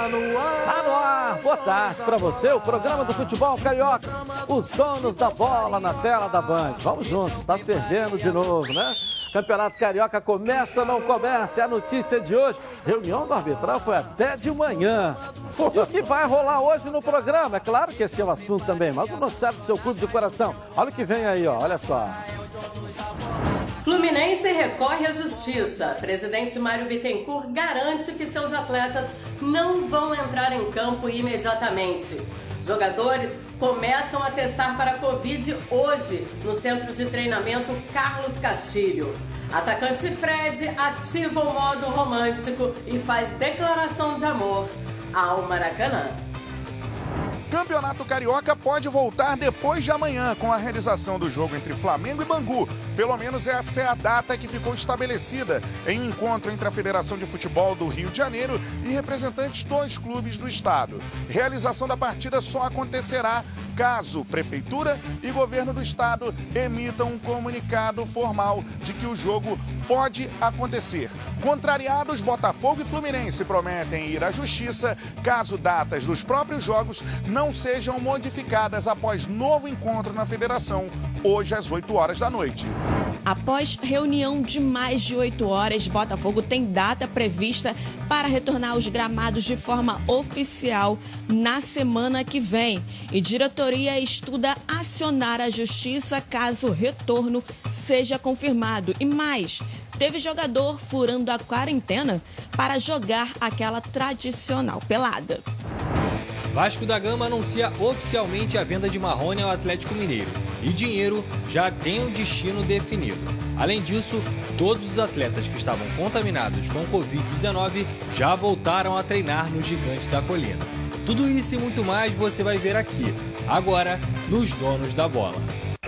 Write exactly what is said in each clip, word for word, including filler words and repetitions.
Está no ar. Tá no ar. Boa tarde para você, o programa do futebol carioca. Os donos da bola na tela da Band. Vamos juntos, está perdendo de novo, né? Campeonato Carioca começa ou não começa? É a notícia de hoje. Reunião do arbitral foi até de manhã. E o que vai rolar hoje no programa? É claro que esse é o assunto também, mas o noticiário do seu clube de coração. Olha o que vem aí, ó. Olha só. Fluminense recorre à justiça. Presidente Mário Bittencourt garante que seus atletas não vão entrar em campo imediatamente. Jogadores começam a testar para a Covid hoje no centro de treinamento Carlos Castilho. Atacante Fred ativa o modo romântico e faz declaração de amor ao Maracanã. Campeonato Carioca pode voltar depois de amanhã com a realização do jogo entre Flamengo e Bangu. Pelo menos essa é a data que ficou estabelecida em um encontro entre a Federação de Futebol do Rio de Janeiro e representantes dos clubes do estado. Realização da partida só acontecerá caso Prefeitura e Governo do Estado emitam um comunicado formal de que o jogo pode acontecer. Contrariados, Botafogo e Fluminense prometem ir à Justiça caso datas dos próprios jogos não sejam modificadas após novo encontro na Federação, hoje às oito horas da noite. Após reunião de mais de oito horas, Botafogo tem data prevista para retornar aos gramados de forma oficial na semana que vem. E diretoria estuda acionar a justiça caso o retorno seja confirmado. E mais, teve jogador furando a quarentena para jogar aquela tradicional pelada. Vasco da Gama anuncia oficialmente a venda de Marrone ao Atlético Mineiro. E dinheiro já tem um destino definido. Além disso, todos os atletas que estavam contaminados com covid dezenove já voltaram a treinar no Gigante da Colina. Tudo isso e muito mais você vai ver aqui, agora, nos Donos da Bola.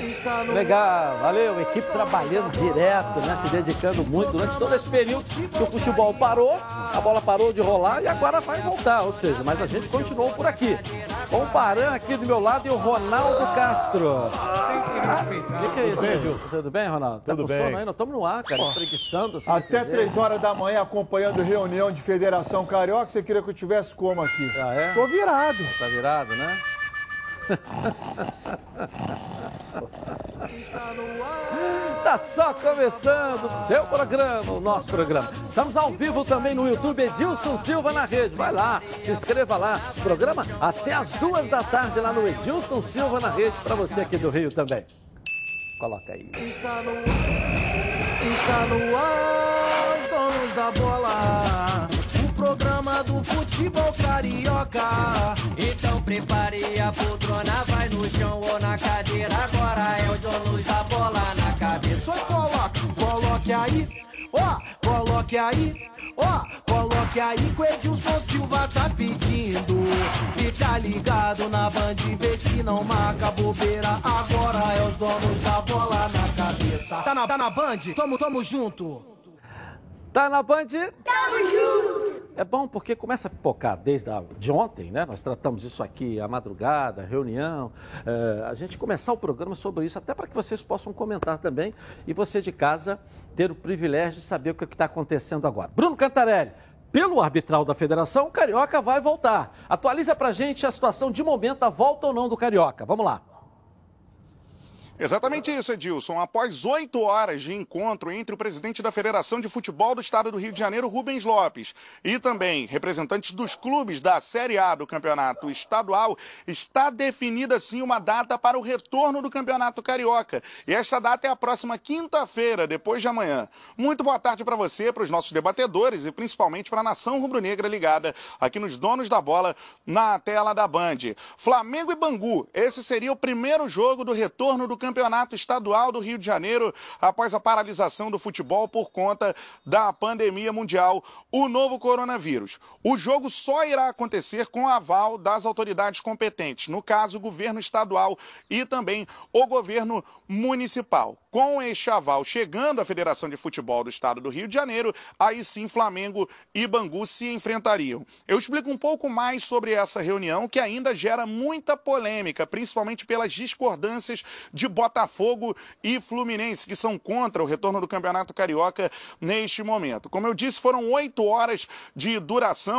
Legal, valeu, equipe trabalhando direto, né, se dedicando muito durante todo esse período que o futebol parou, a bola parou de rolar e agora vai voltar, ou seja, mas a gente continuou por aqui. Com o Paran aqui do meu lado e o Ronaldo Castro. O que, que é isso, Edilson? Tudo bem, Ronaldo? Tá Tudo com bem. sono aí? Nós estamos no ar, cara, espreguiçando. Assim, Até três horas da manhã acompanhando reunião de Federação Carioca, você queria que eu tivesse como aqui? Ah, é? Tô virado. Tá virado, né? Tá só começando o seu programa, o nosso programa. Estamos ao vivo também no YouTube, Edilson Silva na rede. Vai lá, se inscreva lá. Programa até as duas da tarde lá no Edilson Silva na rede, para você aqui do Rio também. Coloca aí. Está no ar, está no ar, os donos da bola. Programa do futebol carioca. Então prepare a poltrona, vai no chão ou na cadeira. Agora é o dono da bola na cabeça. Só coloque, coloque aí, ó, coloque aí, ó, coloque aí que o Edilson Silva tá pedindo. Fica ligado na Band, vê se não marca bobeira. Agora é os donos da bola na cabeça. Tá na, tá na Band? Tamo, tamo junto. Tá na Band? Tamo junto! É bom porque começa a pipocar desde a, de ontem, né? Nós tratamos isso aqui, a madrugada, a reunião. É, a gente começar o programa sobre isso, até para que vocês possam comentar também. E você de casa ter o privilégio de saber o que está acontecendo agora. Bruno Cantarelli, pelo arbitral da Federação, o Carioca vai voltar. Atualiza pra gente a situação de momento, a volta ou não do Carioca. Vamos lá. Exatamente isso, Edilson. Após oito horas de encontro entre o presidente da Federação de Futebol do Estado do Rio de Janeiro, Rubens Lopes, e também representantes dos clubes da Série A do Campeonato Estadual, está definida sim uma data para o retorno do Campeonato Carioca. E esta data é a próxima quinta-feira, depois de amanhã. Muito boa tarde para você, para os nossos debatedores e principalmente para a nação rubro-negra ligada aqui nos Donos da Bola na tela da Band. Flamengo e Bangu, esse seria o primeiro jogo do retorno do Campeonato Campeonato Estadual do Rio de Janeiro, após a paralisação do futebol por conta da pandemia mundial, o novo coronavírus. O jogo só irá acontecer com o aval das autoridades competentes, no caso, o governo estadual e também o governo municipal. Com este aval chegando à Federação de Futebol do Estado do Rio de Janeiro, aí sim Flamengo e Bangu se enfrentariam. Eu explico um pouco mais sobre essa reunião, que ainda gera muita polêmica, principalmente pelas discordâncias de Botafogo e Fluminense, que são contra o retorno do Campeonato Carioca neste momento. Como eu disse, foram oito horas de duração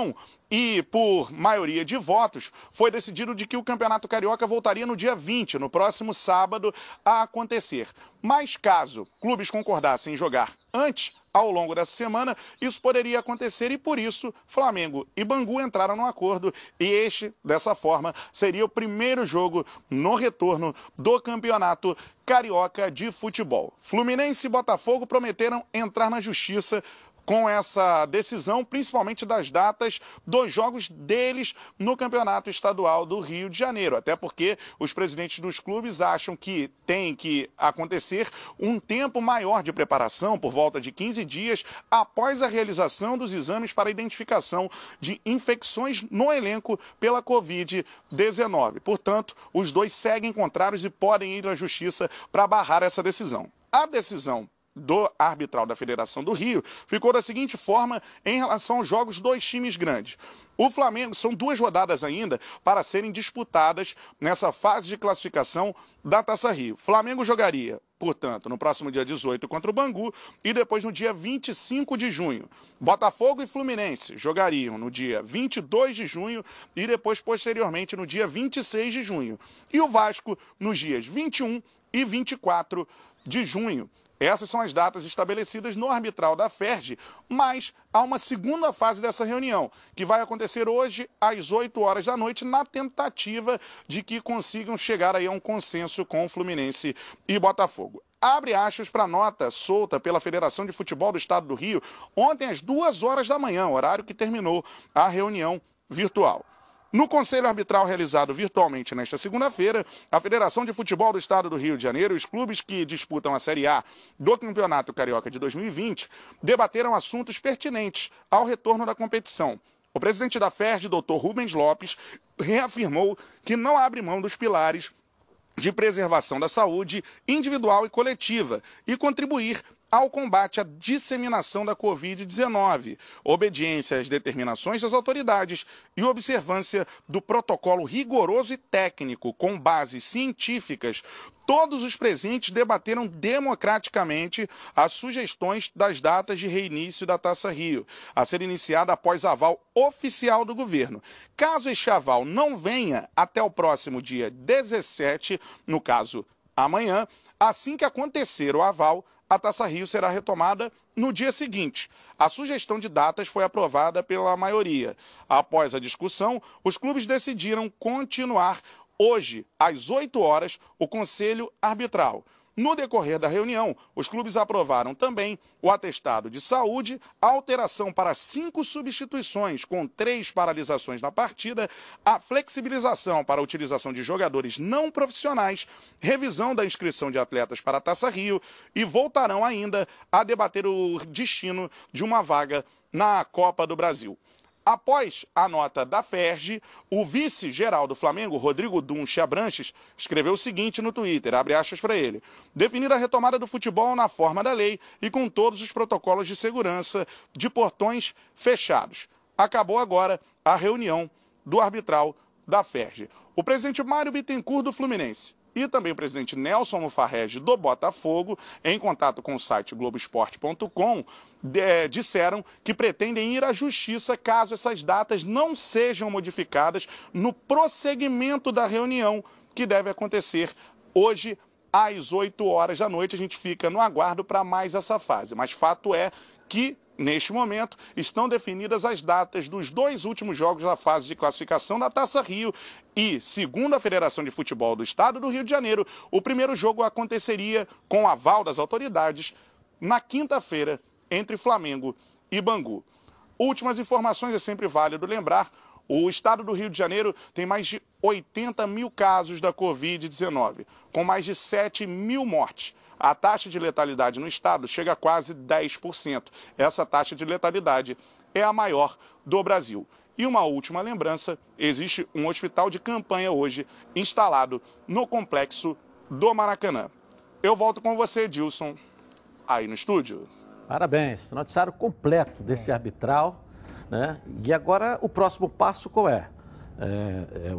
E, por maioria de votos, foi decidido de que o Campeonato Carioca voltaria no dia vinte, no próximo sábado, a acontecer. Mas caso clubes concordassem em jogar antes, ao longo dessa semana, isso poderia acontecer e, por isso, Flamengo e Bangu entraram no acordo e este, dessa forma, seria o primeiro jogo no retorno do Campeonato Carioca de Futebol. Fluminense e Botafogo prometeram entrar na justiça com essa decisão, principalmente das datas dos jogos deles no Campeonato Estadual do Rio de Janeiro. Até porque os presidentes dos clubes acham que tem que acontecer um tempo maior de preparação, por volta de quinze dias, após a realização dos exames para identificação de infecções no elenco pela covid dezenove. Portanto, os dois seguem contrários e podem ir à justiça para barrar essa decisão. A decisão do arbitral da Federação do Rio ficou da seguinte forma em relação aos jogos dos times grandes. O Flamengo, são duas rodadas ainda para serem disputadas nessa fase de classificação da Taça Rio. Flamengo jogaria, portanto, no próximo dia dezoito contra o Bangu e depois no dia vinte e cinco de junho. Botafogo e Fluminense jogariam no dia vinte e dois de junho e depois, posteriormente, no dia vinte e seis de junho. E o Vasco nos dias vinte e um e vinte e quatro de junho. Essas são as datas estabelecidas no arbitral da F E R J, mas há uma segunda fase dessa reunião, que vai acontecer hoje às oito horas da noite, na tentativa de que consigam chegar aí a um consenso com o Fluminense e Botafogo. Abre aspas para a nota solta pela Federação de Futebol do Estado do Rio, ontem às duas horas da manhã, horário que terminou a reunião virtual. No Conselho Arbitral realizado virtualmente nesta segunda-feira, a Federação de Futebol do Estado do Rio de Janeiro e os clubes que disputam a Série A do Campeonato Carioca de dois mil e vinte debateram assuntos pertinentes ao retorno da competição. O presidente da F E R J, doutor Rubens Lopes, reafirmou que não abre mão dos pilares de preservação da saúde individual e coletiva e contribuir ao combate à disseminação da covid dezenove, obediência às determinações das autoridades e observância do protocolo rigoroso e técnico com bases científicas. Todos os presentes debateram democraticamente as sugestões das datas de reinício da Taça Rio, a ser iniciada após aval oficial do governo. Caso este aval não venha até o próximo dia dezessete, no caso amanhã, assim que acontecer o aval, a Taça Rio será retomada no dia seguinte. A sugestão de datas foi aprovada pela maioria. Após a discussão, os clubes decidiram continuar hoje, às oito horas, o Conselho Arbitral. No decorrer da reunião, os clubes aprovaram também o atestado de saúde, a alteração para cinco substituições, com três paralisações na partida, a flexibilização para a utilização de jogadores não profissionais, revisão da inscrição de atletas para a Taça Rio e voltarão ainda a debater o destino de uma vaga na Copa do Brasil. Após a nota da F E R J, o vice-geral do Flamengo, Rodrigo Dunche Abranches, escreveu o seguinte no Twitter, abre aspas para ele: definir a retomada do futebol na forma da lei e com todos os protocolos de segurança de portões fechados. Acabou agora a reunião do arbitral da F E R J. O presidente Mário Bittencourt do Fluminense e também o presidente Nelson Mufarrege do Botafogo, em contato com o site globo esporte ponto com, de, disseram que pretendem ir à justiça caso essas datas não sejam modificadas no prosseguimento da reunião, que deve acontecer hoje às oito horas da noite. A gente fica no aguardo para mais essa fase, mas fato é que neste momento, estão definidas as datas dos dois últimos jogos da fase de classificação da Taça Rio e, segundo a Federação de Futebol do Estado do Rio de Janeiro, o primeiro jogo aconteceria com aval das autoridades na quinta-feira entre Flamengo e Bangu. Últimas informações, é sempre válido lembrar, o Estado do Rio de Janeiro tem mais de oitenta mil casos da covid dezenove, com mais de sete mil mortes. A taxa de letalidade no estado chega a quase dez por cento. Essa taxa de letalidade é a maior do Brasil. E uma última lembrança, existe um hospital de campanha hoje instalado no complexo do Maracanã. Eu volto com você, Edilson, aí no estúdio. Parabéns, noticiário completo desse arbitral, né? E agora o próximo passo qual é? É, é,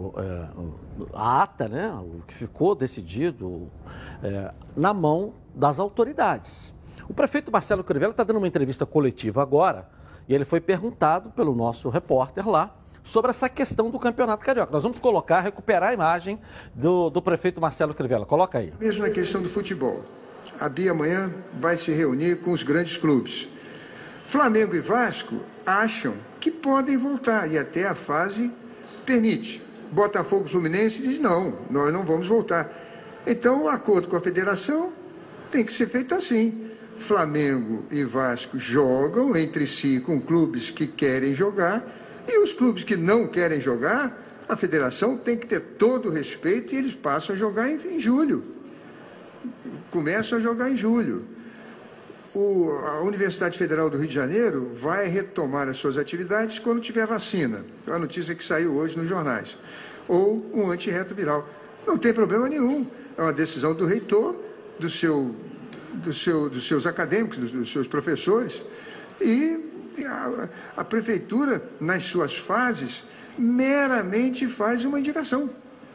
é, a ata, né, o que ficou decidido é, na mão das autoridades. O prefeito Marcelo Crivella está dando uma entrevista coletiva agora e ele foi perguntado pelo nosso repórter lá sobre essa questão do Campeonato Carioca. Nós vamos colocar, recuperar a imagem do, do prefeito Marcelo Crivella. Coloca aí. Mesmo na questão do futebol, a Bia amanhã vai se reunir com os grandes clubes. Flamengo e Vasco acham que podem voltar e até a fase permite. Botafogo e Fluminense diz não, nós não vamos voltar. Então o acordo com a federação tem que ser feito assim. Flamengo e Vasco jogam entre si com clubes que querem jogar e os clubes que não querem jogar, a federação tem que ter todo o respeito e eles passam a jogar em, em julho. Começam a jogar em julho. O, a Universidade Federal do Rio de Janeiro vai retomar as suas atividades quando tiver vacina. É uma notícia que saiu hoje nos jornais. Ou um antirretroviral. Não tem problema nenhum. É uma decisão do reitor, do seu, do seu, dos seus acadêmicos, dos, dos seus professores. E a, a prefeitura, nas suas fases, meramente faz uma indicação.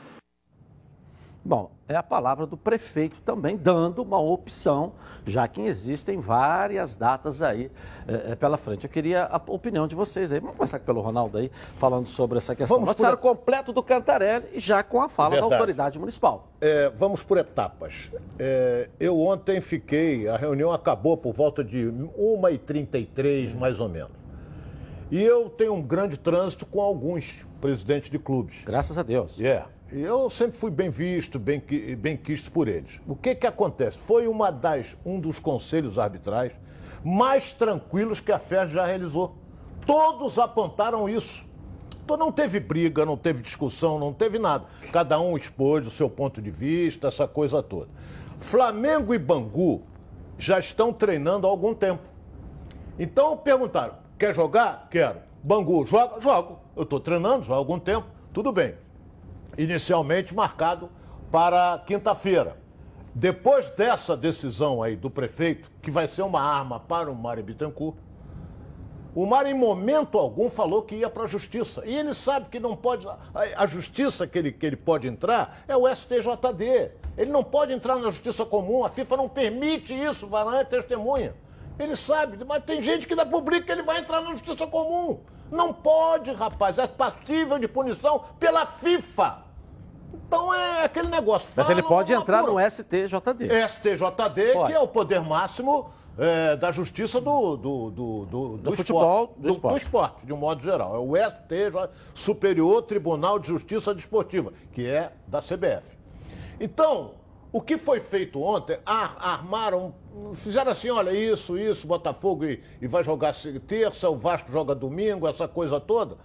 Bom, é a palavra do prefeito também, dando uma opção, já que existem várias datas aí é, é, pela frente. Eu queria a opinião de vocês aí. Vamos começar pelo Ronaldo aí, falando sobre essa questão. Vamos Noticiário por... completo do Cantarelli e já com a fala Verdade. da autoridade municipal. É, vamos por etapas. É, eu ontem fiquei, a reunião acabou por volta de uma e trinta e três, hum. mais ou menos. E eu tenho um grande trânsito com alguns presidentes de clubes. Graças a Deus. É. Yeah. E eu sempre fui bem visto, bem, bem quisto por eles. O que que acontece? Foi uma das, um dos conselhos arbitrais mais tranquilos que a F E R já realizou. Todos apontaram isso. Então não teve briga, não teve discussão, não teve nada. Cada um expôs o seu ponto de vista, essa coisa toda. Flamengo e Bangu já estão treinando há algum tempo. Então perguntaram, quer jogar? Quero. Bangu, joga? Jogo. Eu estou treinando já há algum tempo, tudo bem. Inicialmente marcado para quinta-feira. Depois dessa decisão aí do prefeito, que vai ser uma arma para o Mário Bittencourt, o Mário em momento algum falou que ia para a justiça. E ele sabe que não pode... A justiça que ele, que ele pode entrar é o S T J D. Ele não pode entrar na justiça comum, a FIFA não permite isso, Varan é testemunha. Ele sabe, mas tem gente que ainda publica que ele vai entrar na justiça comum. Não pode, rapaz, é passível de punição pela FIFA. Então é aquele negócio. Mas ele pode entrar no S T J D. S T J D, pode. Que é o poder máximo é, da justiça do, do, do, do, do futebol, esporte, do, esporte. do esporte, de um modo geral. É o S T J D, Superior Tribunal de Justiça Desportiva, que é da C B F. Então, o que foi feito ontem, ar, armaram, fizeram assim, olha, isso, isso, Botafogo e, e vai jogar terça, o Vasco joga domingo, essa coisa toda.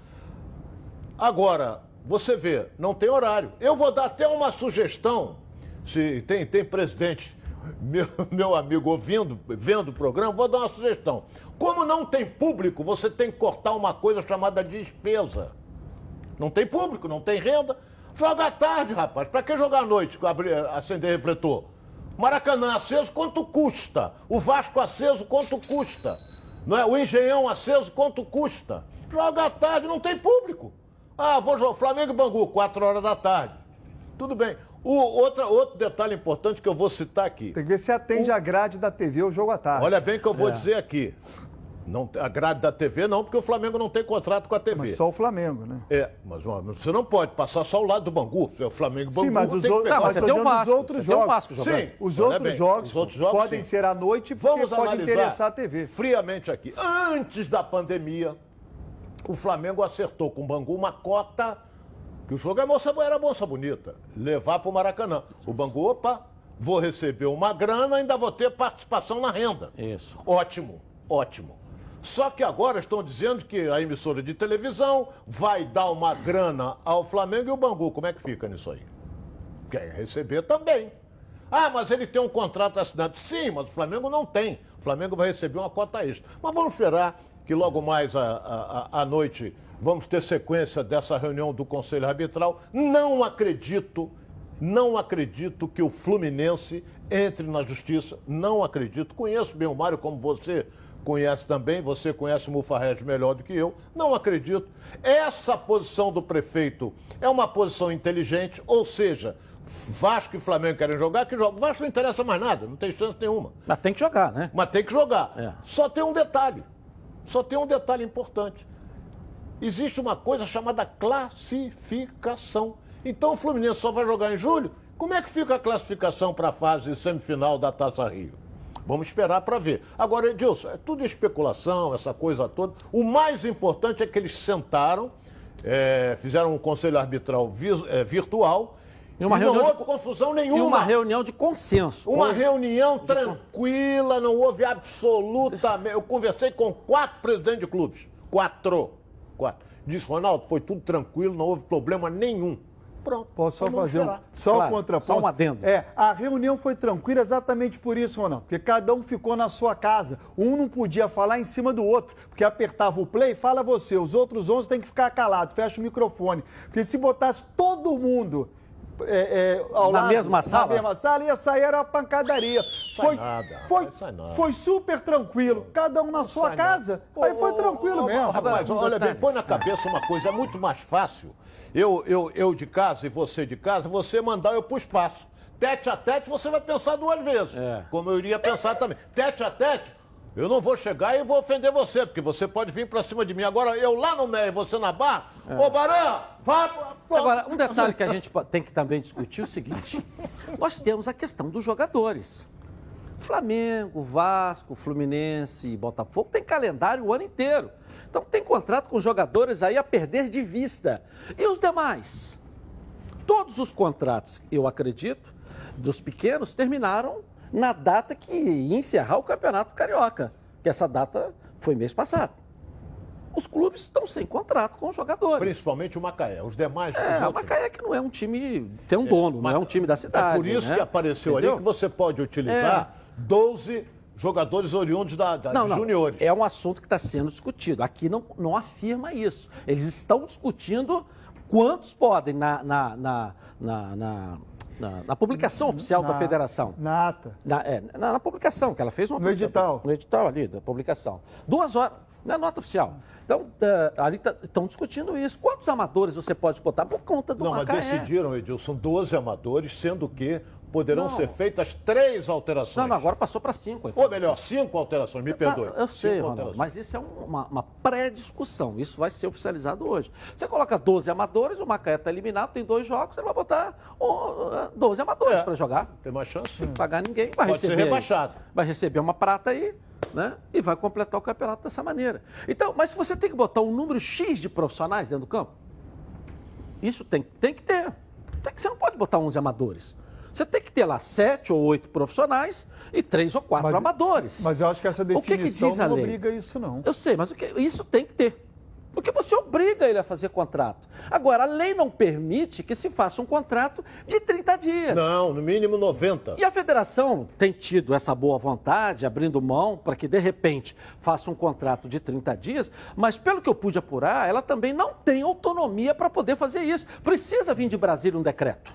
Agora, você vê, não tem horário. Eu vou dar até uma sugestão, se tem, tem presidente, meu, meu amigo, ouvindo, vendo o programa, vou dar uma sugestão. Como não tem público, você tem que cortar uma coisa chamada despesa. Não tem público, não tem renda. Joga à tarde, rapaz. Pra que jogar à noite, abrir, acender refletor? Maracanã aceso, quanto custa? O Vasco aceso, quanto custa? Não é? O Engenhão aceso, quanto custa? Joga à tarde, não tem público. Ah, vou jogar Flamengo e Bangu, quatro horas da tarde. Tudo bem. O, outra, outro detalhe importante que eu vou citar aqui. Tem que ver se atende o... a grade da T V o jogo à tarde. Olha bem o que eu vou é. dizer aqui. Não, a grade da T V não, porque o Flamengo não tem contrato com a T V. Mas só o Flamengo, né? É, mas você não pode passar só o lado do Bangu. O Flamengo e Bangu. Sim, mas os, tem o... que não, mas você tem um Vasco, os outros jogos. Um Vasco sim, os outros, bem, jogos os outros jogos podem sim. ser à noite porque Vamos pode analisar interessar a T V. Friamente aqui. Antes da pandemia, o Flamengo acertou com o Bangu uma cota, que o jogo é moça, era moça bonita, levar para o Maracanã. O Bangu, opa, vou receber uma grana, ainda vou ter participação na renda. Isso. Ótimo, ótimo. Só que agora estão dizendo que a emissora de televisão vai dar uma grana ao Flamengo e o Bangu. Como é que fica nisso aí? Quer receber também. Ah, mas ele tem um contrato assinado. Sim, mas o Flamengo não tem. O Flamengo vai receber uma cota extra. Mas vamos esperar que logo mais à, à, à noite vamos ter sequência dessa reunião do Conselho Arbitral. Não acredito, não acredito que o Fluminense entre na justiça. Não acredito. Conheço bem o Mário, como você conhece também, você conhece o Mufarrege melhor do que eu, não acredito. Essa posição do prefeito é uma posição inteligente, ou seja, Vasco e Flamengo querem jogar, que joga. O Vasco não interessa mais nada, não tem chance nenhuma. Mas tem que jogar, né? Mas tem que jogar. É. Só tem um detalhe, só tem um detalhe importante. Existe uma coisa chamada classificação. Então o Fluminense só vai jogar em julho? Como é que fica a classificação para a fase semifinal da Taça Rio? Vamos esperar para ver. Agora, Edilson, é tudo especulação, essa coisa toda. O mais importante é que eles sentaram, é, fizeram um conselho arbitral vi, é, virtual e, uma e não houve de... confusão nenhuma. E uma reunião de consenso. Uma com... reunião tranquila, não houve absolutamente... Eu conversei com quatro presidentes de clubes. Quatro. Quatro. Disse, Ronaldo, foi tudo tranquilo, não houve problema nenhum. Pronto. Posso só fazer um, só claro, um contraponto? Só um adendo. É, a reunião foi tranquila exatamente por isso, Ronaldo, porque cada um ficou na sua casa. Um não podia falar em cima do outro, porque apertava o play, fala você, os outros onze têm que ficar calados, fecha o microfone. Porque se botasse todo mundo é, é, ao na lado, mesma sala, na mesma sala, ia sair era uma pancadaria. Sai Foi, nada, foi, sai nada. foi super tranquilo, cada um na sua casa. Aí foi tranquilo oh, mesmo. Oh, rapaz, olha bem, põe na cabeça uma coisa, é muito mais fácil. Eu, eu, eu de casa e você de casa, você mandar eu pro espaço. Tete a tete, você vai pensar duas vezes. É. Como eu iria pensar também. Tete a tete, eu não vou chegar e vou ofender você, porque você pode vir pra cima de mim. Agora, eu lá no meio e você na barra, é. Ô Barão, vá... Agora, um detalhe que a gente tem que também discutir é o seguinte. Nós temos a questão dos jogadores. Flamengo, Vasco, Fluminense, Botafogo tem calendário o ano inteiro. Então tem contrato com jogadores aí a perder de vista. E os demais? Todos os contratos, eu acredito, dos pequenos terminaram na data que ia encerrar o Campeonato Carioca, que essa data foi mês passado. Os clubes estão sem contrato com os jogadores. Principalmente o Macaé. Os demais... É, os o Macaé que não é um time... Tem um dono, é, não é um time da cidade. É por isso né? que apareceu Entendeu? ali que você pode utilizar é. doze jogadores oriundos da, da não, de não. juniores. É um assunto que está sendo discutido. Aqui não, não afirma isso. Eles estão discutindo quantos podem na... na, na, na, na Na, na publicação oficial na, da federação. Na ata. Na, é, na, na publicação, que ela fez uma... No edital. No edital ali, da publicação. Duas horas, na nota oficial. Então, uh, ali estão tá, discutindo isso. Quantos amadores você pode botar por conta do Não, Macaé? mas decidiram, Edilson, doze amadores, sendo que poderão não. ser feitas três alterações. Não, não, agora passou para cinco. Ou melhor, cinco alterações, me perdoe. Eu, eu sei, cinco Ronaldo, mas isso é uma, uma pré-discussão. Isso vai ser oficializado hoje. Você coloca doze amadores, o Macaé está eliminado, tem dois jogos, você vai botar doze amadores é, para jogar. Tem mais chance? Não pagar ninguém. Vai Pode receber, ser rebaixado. Vai receber uma prata aí, né? E vai completar o campeonato dessa maneira. Então, mas se você tem que botar um número X de profissionais dentro do campo, isso tem, tem que ter. Tem que, você não pode botar onze amadores. Você tem que ter lá sete ou oito profissionais e três ou quatro mas, amadores. Mas eu acho que essa definição o que que diz a não lei? obriga isso, não. Eu sei, mas o que, isso tem que ter. Porque você obriga ele a fazer contrato. Agora, a lei não permite que se faça um contrato de trinta dias. Não, no mínimo noventa. E a federação tem tido essa boa vontade, abrindo mão para que, de repente, faça um contrato de trinta dias, mas, pelo que eu pude apurar, ela também não tem autonomia para poder fazer isso. Precisa vir de Brasília um decreto.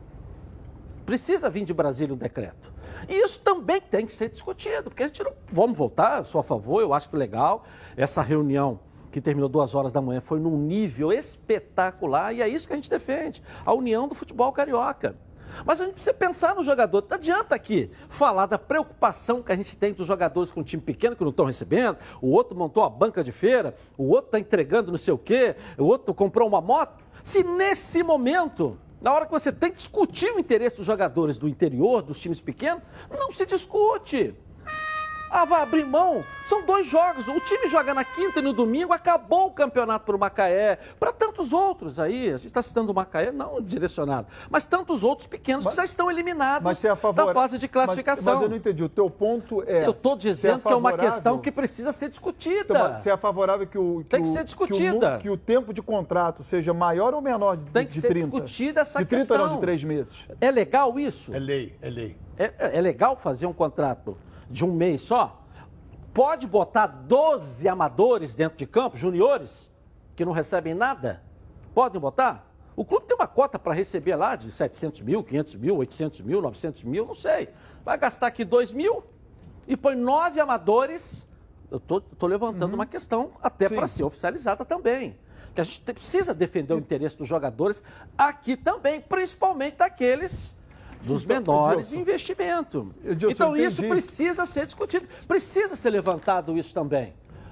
Precisa vir de Brasília um decreto. E isso também tem que ser discutido, porque a gente não... Vamos voltar, eu sou a favor, eu acho que legal. Essa reunião que terminou duas horas da manhã foi num nível espetacular e é isso que a gente defende, a união do futebol carioca. Mas a gente precisa pensar no jogador. Não adianta aqui falar da preocupação que a gente tem dos jogadores com um time pequeno que não estão recebendo, o outro montou a banca de feira, o outro está entregando não sei o quê, o outro comprou uma moto. Se nesse momento... Na hora que você tem que discutir o interesse dos jogadores do interior, dos times pequenos, não se discute. Ah, vai abrir mão? São dois jogos. O time joga na quinta e no domingo, acabou o campeonato para o Macaé. Para tantos outros aí, a gente está citando o Macaé, não direcionado, mas tantos outros pequenos mas, que já estão eliminados mas é favor... da fase de classificação. Mas, mas eu não entendi, o teu ponto é... Eu estou dizendo é que é uma questão que precisa ser discutida. Então, você é favorável que o... Que tem que o, ser discutida. Que o, que o tempo de contrato seja maior ou menor de, tem que de ser trinta? Discutida essa de trinta questão. Não, de três meses. É legal isso? É lei, é lei. É, é legal fazer um contrato de um mês só? Pode botar doze amadores dentro de campo, juniores, que não recebem nada? Podem botar? O clube tem uma cota para receber lá de setecentos mil, quinhentos mil, oitocentos mil, novecentos mil, não sei. Vai gastar aqui dois mil e põe nove amadores. Eu estou levantando uhum. uma questão até para ser oficializada também. Que a gente precisa defender o interesse dos jogadores aqui também, principalmente daqueles... dos menores de investimento. Edilson, então isso precisa ser discutido, precisa ser levantado isso também.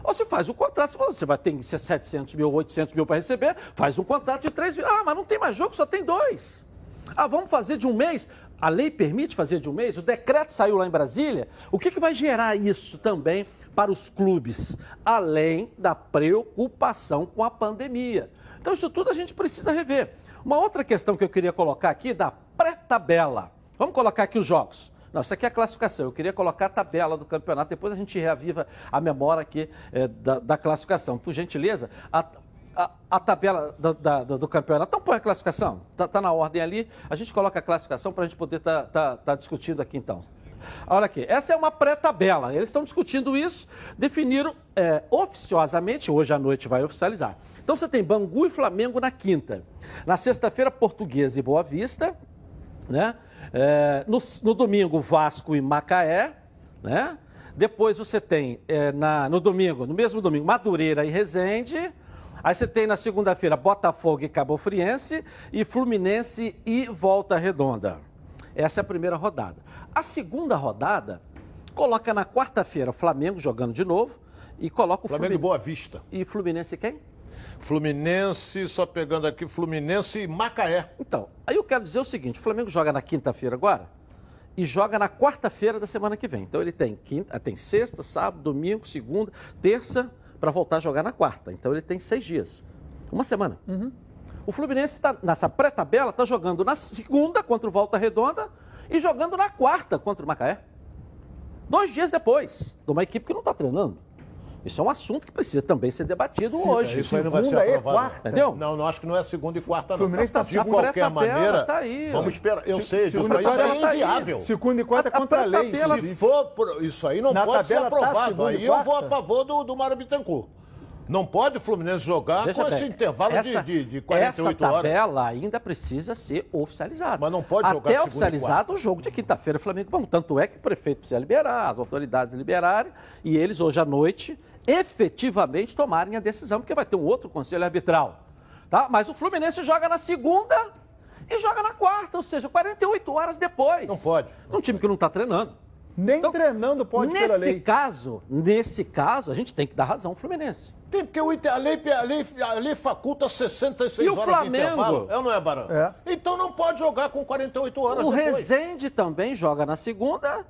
Ou se faz um contrato, se você vai ter setecentos mil, oitocentos mil para receber, faz um contrato de três mil. Ah, mas não tem mais jogo, só tem dois. Ah, vamos fazer de um mês? A lei permite fazer de um mês? O decreto saiu lá em Brasília. O que, que vai gerar isso também para os clubes? Além da preocupação com a pandemia. Então, isso tudo a gente precisa rever. Uma outra questão que eu queria colocar aqui da pré-tabela. Vamos colocar aqui os jogos. Não, isso aqui é a classificação. Eu queria colocar a tabela do campeonato. Depois a gente reaviva a memória aqui é, da, da classificação. Por gentileza, a... A, a tabela do, da, do, do campeonato. Então põe a classificação, tá, tá na ordem ali, a gente coloca a classificação para a gente poder estar tá, tá, tá discutindo aqui então. Olha aqui, essa é uma pré-tabela, eles estão discutindo isso, definiram é, oficiosamente, hoje à noite vai oficializar. Então você tem Bangu e Flamengo na quinta, na sexta-feira Portuguesa e Boa Vista, né? É, no, no domingo Vasco e Macaé, né? Depois você tem é, na, no domingo, no mesmo domingo, Madureira e Resende. Aí você tem na segunda-feira Botafogo e Cabo Friense e Fluminense e Volta Redonda. Essa é a primeira rodada. A segunda rodada coloca na quarta-feira Flamengo jogando de novo e coloca o Flamengo e Boa Vista. E Fluminense quem? Fluminense, só pegando aqui, Fluminense e Macaé. Então, aí eu quero dizer o seguinte, o Flamengo joga na quinta-feira agora e joga na quarta-feira da semana que vem. Então ele tem quinta, tem sexta, sábado, domingo, segunda, terça, para voltar a jogar na quarta. Então ele tem seis dias. Uma semana. Uhum. O Fluminense, tá, nessa pré-tabela, está jogando na segunda contra o Volta Redonda e jogando na quarta contra o Macaé. Dois dias depois, de uma equipe que não está treinando. Isso é um assunto que precisa também ser debatido Sim, hoje. Isso aí não vai ser aprovado. É quarta. Entendeu? Não, não acho que não é segunda e quarta, não. Fluminense está de qualquer maneira. Tá aí, vamos esperar. Eu se, sei, isso aí é inviável. Segunda e quarta é contra a, a lei. Se for por, isso aí não Na pode ser aprovado. Tá aí eu vou a favor do, do Mário Bittencourt. Não pode o Fluminense jogar Deixa com bem. esse intervalo essa, de, de, de quarenta e oito horas. Essa tabela ainda precisa ser oficializada. Mas não pode jogar Até oficializado o jogo de quinta-feira, Flamengo. Bom, tanto é que o prefeito precisa liberar, as autoridades liberarem, e eles hoje à noite efetivamente tomarem a decisão, porque vai ter um outro conselho arbitral. Tá? Mas o Fluminense joga na segunda e joga na quarta, ou seja, quarenta e oito horas depois. Não pode. Um time que não está treinando. Nem então, treinando pode pela lei. Nesse caso, nesse caso, a gente tem que dar razão ao Fluminense. Tem, porque o Inter, a, lei, a, lei, a lei faculta sessenta e seis horas Flamengo? de intervalo. É ou não é, Barão? É. Então não pode jogar com quarenta e oito horas o depois. O Resende também joga na segunda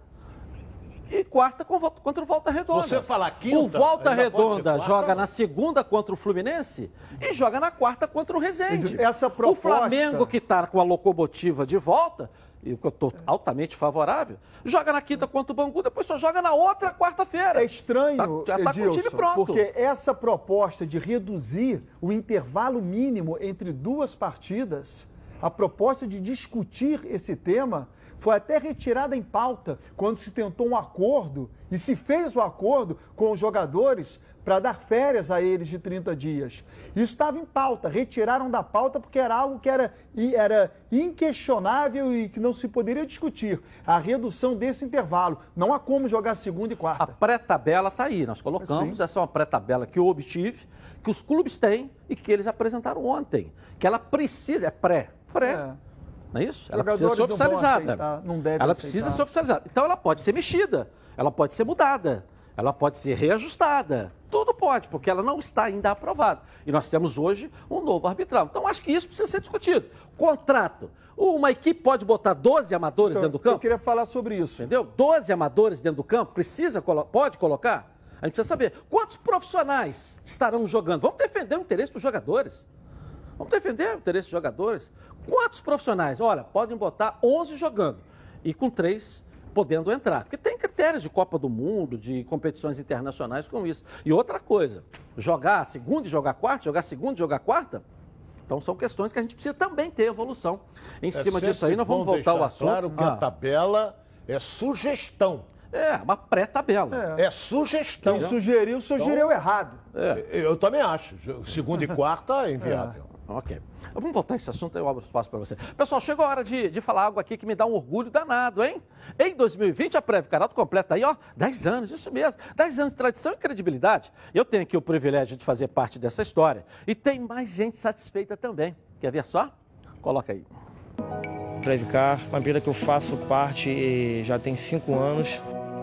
e quarta contra o Volta Redonda. Você falar quinta... O Volta Redonda joga na segunda contra o Fluminense e joga na quarta contra o Resende. Essa proposta... O Flamengo, que está com a locomotiva de volta... e que eu estou altamente favorável, joga na quinta contra o Bangu, depois só joga na outra quarta-feira. É estranho, tá, já tá Edilson, com o time pronto. Porque essa proposta de reduzir o intervalo mínimo entre duas partidas, a proposta de discutir esse tema, foi até retirada em pauta quando se tentou um acordo e se fez o acordo com os jogadores para dar férias a eles de trinta dias. Isso estava em pauta, retiraram da pauta porque era algo que era, era inquestionável e que não se poderia discutir. A redução desse intervalo. Não há como jogar segunda e quarta. A pré-tabela está aí, nós colocamos. Sim. Essa é uma pré-tabela que eu obtive, que os clubes têm e que eles apresentaram ontem. Que ela precisa, é pré, pré. É. Não é isso? Ela precisa ser oficializada. Aceitar, não deve ela aceitar. precisa ser oficializada. Então ela pode ser mexida, ela pode ser mudada. Ela pode ser reajustada, tudo pode, porque ela não está ainda aprovada. E nós temos hoje um novo arbitral. Então, acho que isso precisa ser discutido. Contrato. Uma equipe pode botar doze amadores então, dentro do campo? Eu queria falar sobre isso. Entendeu? doze amadores dentro do campo, precisa, pode colocar? A gente precisa saber quantos profissionais estarão jogando. Vamos defender o interesse dos jogadores. Vamos defender o interesse dos jogadores. Quantos profissionais? Olha, podem botar onze jogando e com três podendo entrar. Porque tem critérios de Copa do Mundo, de competições internacionais com isso. E outra coisa, jogar segunda e jogar quarta, jogar segunda e jogar quarta, então são questões que a gente precisa também ter evolução. Em é cima disso aí, nós vamos voltar ao assunto. Claro que ah. a tabela é sugestão. É, uma pré-tabela. É. é sugestão. Quem sugeriu, sugeriu então, errado. É. Eu também acho. Segunda e quarta é inviável. É. Ok. Vamos voltar a esse assunto, eu abro espaço para você. Pessoal, chegou a hora de, de falar algo aqui que me dá um orgulho danado, hein? Em dois mil e vinte, a Prévio Caralto completa aí, ó, dez anos, isso mesmo. dez anos de tradição e credibilidade. Eu tenho aqui o privilégio de fazer parte dessa história. E tem mais gente satisfeita também. Quer ver só? Coloca aí. Prévio Car, uma empresa que eu faço parte já tem cinco anos.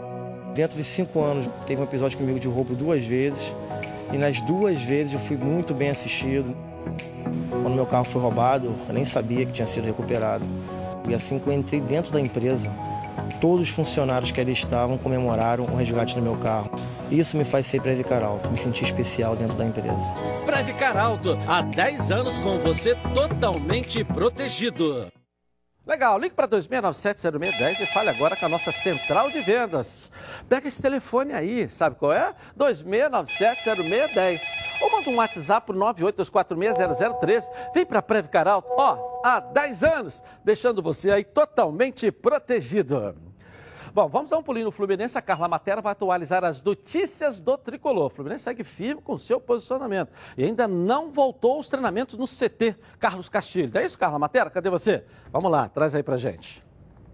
Dentro de cinco anos, teve um episódio comigo de roubo duas vezes. E nas duas vezes eu fui muito bem assistido. Quando meu carro foi roubado, eu nem sabia que tinha sido recuperado. E assim que eu entrei dentro da empresa, todos os funcionários que ali estavam comemoraram o resgate do meu carro. Isso me faz ser Previcar Alto, me sentir especial dentro da empresa. Previcar Alto, há dez anos com você totalmente protegido. Legal, ligue para dois seis nove sete zero seis um zero e fale agora com a nossa central de vendas. Pega esse telefone aí, sabe qual é? dois seis nove sete zero seis um zero. Ou manda um WhatsApp para nove oito dois quatro seis zero zero três. Vem para a Previcar Alto, ó, há dez anos, deixando você aí totalmente protegido. Bom, vamos dar um pulinho no Fluminense. A Carla Matera vai atualizar as notícias do Tricolor. O Fluminense segue firme com o seu posicionamento e ainda não voltou aos treinamentos no C T Carlos Castilho. É isso, Carla Matera? Cadê você? Vamos lá, traz aí pra gente.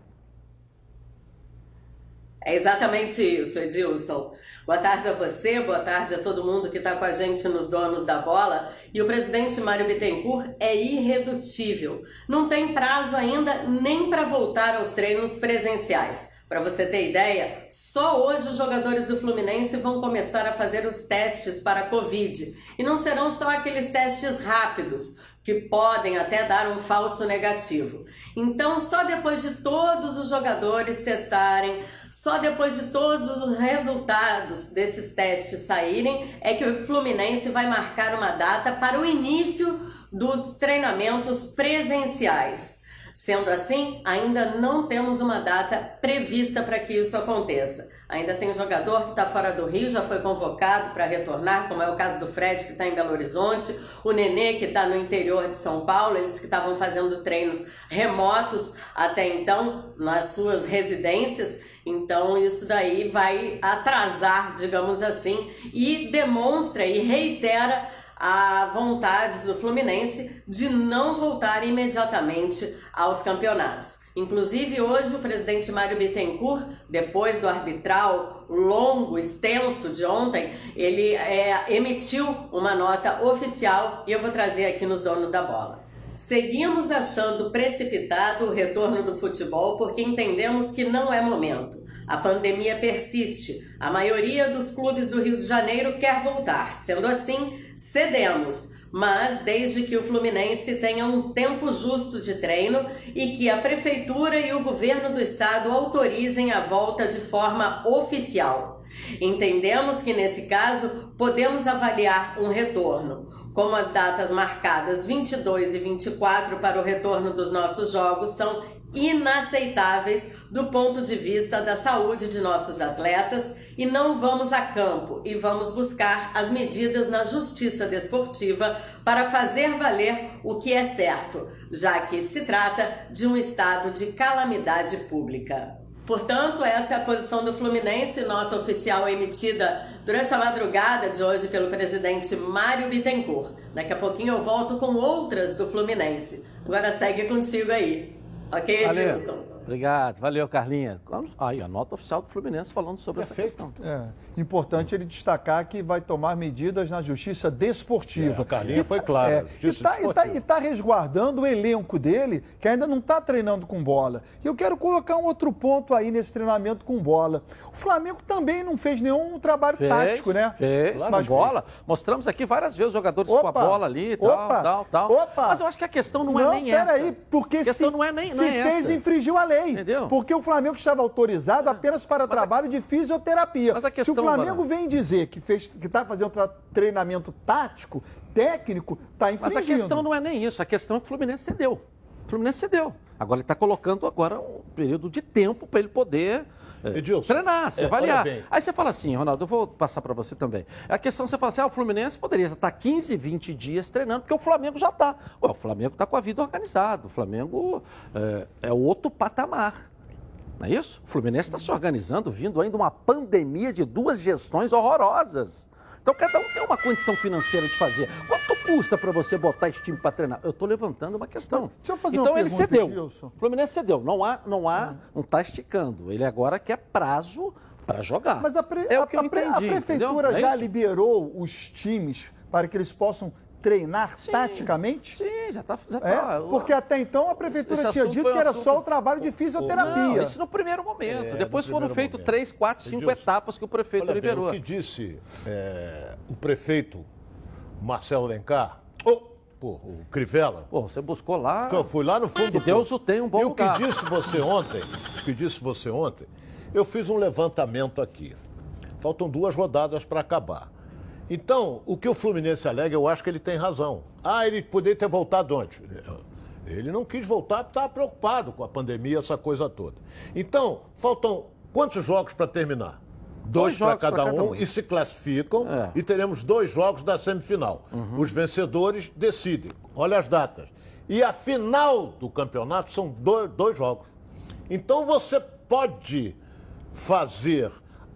É exatamente isso, Edilson. Boa tarde a você, boa tarde a todo mundo que está com a gente nos Donos da Bola. E o presidente Mário Bittencourt é irredutível. Não tem prazo ainda nem para voltar aos treinos presenciais. Para você ter ideia, só hoje os jogadores do Fluminense vão começar a fazer os testes para a Covid. E não serão só aqueles testes rápidos, que podem até dar um falso negativo. Então, só depois de todos os jogadores testarem, só depois de todos os resultados desses testes saírem, é que o Fluminense vai marcar uma data para o início dos treinamentos presenciais. Sendo assim, ainda não temos uma data prevista para que isso aconteça. Ainda tem jogador que está fora do Rio, já foi convocado para retornar, como é o caso do Fred, que está em Belo Horizonte, o Nenê, que está no interior de São Paulo, eles que estavam fazendo treinos remotos até então, nas suas residências. Então isso daí vai atrasar, digamos assim, e demonstra e reitera a vontade do Fluminense de não voltar imediatamente aos campeonatos. Inclusive, hoje, o presidente Mário Bittencourt, depois do arbitral longo, extenso de ontem, ele é, emitiu uma nota oficial e eu vou trazer aqui nos Donos da Bola. Seguimos achando precipitado o retorno do futebol porque entendemos que não é momento. A pandemia persiste. A maioria dos clubes do Rio de Janeiro quer voltar. Sendo assim, cedemos. Mas desde que o Fluminense tenha um tempo justo de treino e que a Prefeitura e o Governo do Estado autorizem a volta de forma oficial. Entendemos que, nesse caso, podemos avaliar um retorno. Como as datas marcadas vinte e dois e vinte e quatro para o retorno dos nossos jogos são inaceitáveis do ponto de vista da saúde de nossos atletas e não vamos a campo e vamos buscar as medidas na Justiça Desportiva para fazer valer o que é certo, já que se trata de um estado de calamidade pública. Portanto, essa é a posição do Fluminense, nota oficial emitida durante a madrugada de hoje pelo presidente Mário Bittencourt. Daqui a pouquinho eu volto com outras do Fluminense. Agora segue contigo aí. Ok, Edilson? Valeu. Obrigado. Valeu, Carlinha. Aí, a nota oficial do Fluminense falando sobre Perfeito. essa questão. É. Importante ele destacar que vai tomar medidas na Justiça Desportiva. É, a Carlinha e foi clara. É, e está tá resguardando o elenco dele, que ainda não está treinando com bola. E eu quero colocar um outro ponto aí nesse treinamento com bola. O Flamengo também não fez nenhum trabalho fez, tático, né? Fez, claro, mas bola. Fez. Mostramos aqui várias vezes os jogadores opa, com a bola ali e tal, opa, tal, tal. Opa. Mas eu acho que a questão não, não é nem essa. Aí, porque a questão se, não é nem se não é fez, essa. infringiu a lei. Entendeu? Porque o Flamengo estava autorizado apenas para mas trabalho a... de fisioterapia. Mas a questão, se o Flamengo Barão. vem dizer que fez, que está fazendo um treinamento tático, técnico, está infringindo. Mas a questão não é nem isso. A questão é que o Fluminense cedeu. O Fluminense cedeu. Agora ele está colocando agora um período de tempo para ele poder é, Edilson, treinar, se é, avaliar. Aí você fala assim, Ronaldo, eu vou passar para você também. A questão, você fala assim, ah, o Fluminense poderia estar quinze, vinte dias treinando, porque o Flamengo já está. O Flamengo está com a vida organizada. O Flamengo é, é outro patamar. Não é isso? O Fluminense está se organizando, vindo ainda uma pandemia de duas gestões horrorosas. Então, cada um tem uma condição financeira de fazer. Quanto custa para você botar esse time para treinar? Eu estou levantando uma questão. Deixa eu fazer então, uma ele pergunta, cedeu. Gilson. O Fluminense cedeu. Não há, não há, não está esticando. Ele agora quer prazo para jogar. Mas a, pre... é a, o que eu a, entendi, a prefeitura é já isso? liberou os times para que eles possam treinar sim, taticamente? Sim, já está. Já é? tá. Porque até então a prefeitura tinha dito que era assunto... só o trabalho de fisioterapia. Não, isso no primeiro momento. É, Depois foram feitas três, quatro, cinco Edilson, etapas que o prefeito olha liberou. Bem, o que disse é, o prefeito Marcelo Alencar, oh, pô, o Crivella. Pô, você buscou lá. Eu fui lá no fundo que do Deus o tem um bom E lugar. o que disse você ontem, o que disse você ontem, eu fiz um levantamento aqui. Faltam duas rodadas para acabar. Então, o que o Fluminense alega, eu acho que ele tem razão. Ah, ele poderia ter voltado ontem. Ele não quis voltar porque estava preocupado com a pandemia, essa coisa toda. Então, faltam quantos jogos para terminar? Dois, dois para cada, cada um, um e se classificam é. E teremos dois jogos da semifinal. Uhum. Os vencedores decidem. Olha as datas. E a final do campeonato são dois, dois jogos. Então você pode fazer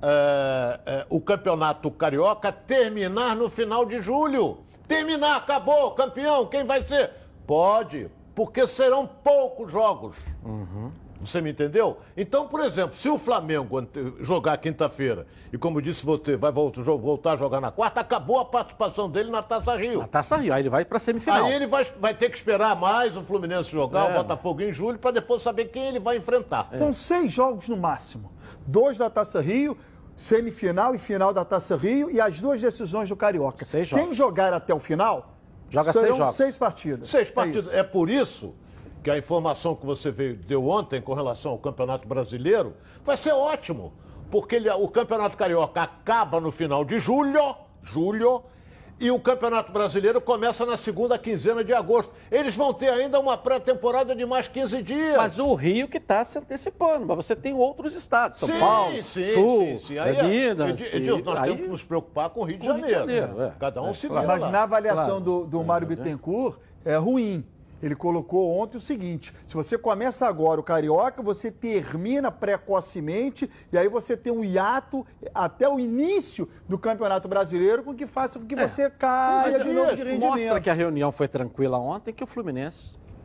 é, é, o campeonato carioca terminar no final de julho. Terminar, acabou, campeão, quem vai ser? Pode, porque serão poucos jogos. Uhum. Você me entendeu? Então, por exemplo, se o Flamengo jogar quinta-feira e, como disse você, vai voltar a jogar na quarta, acabou a participação dele na Taça Rio. Na Taça Rio, aí ele vai para a semifinal. Aí ele vai, vai ter que esperar mais o Fluminense jogar, é. o Botafogo em julho, para depois saber quem ele vai enfrentar. É. São seis jogos no máximo. Dois da Taça Rio, semifinal e final da Taça Rio e as duas decisões do Carioca. Seis jogos. Quem jogar até o final, joga serão seis jogos. seis partidas. Seis partidas. É, é por isso que a informação que você veio, deu ontem com relação ao Campeonato Brasileiro vai ser ótimo, porque ele, o Campeonato Carioca acaba no final de julho, julho, e o Campeonato Brasileiro começa na segunda quinzena de agosto. Eles vão ter ainda uma pré-temporada de mais quinze dias. Mas o Rio que está se antecipando, mas você tem outros estados, São sim, Paulo, sim, Sul, sim, sim. Aí, é, Minas. e, e, e, nós aí, temos que nos preocupar com o Rio de com Janeiro. Rio de Janeiro é. Cada um é, se claro. vê Mas lá. na avaliação claro. do, do Mário Bittencourt, é ruim. Ele colocou ontem o seguinte, se você começa agora o Carioca, você termina precocemente e aí você tem um hiato até o início do Campeonato Brasileiro com que faça com que é. você caia de novo de rendimento. Mostra que a reunião foi tranquila ontem, que o Fluminense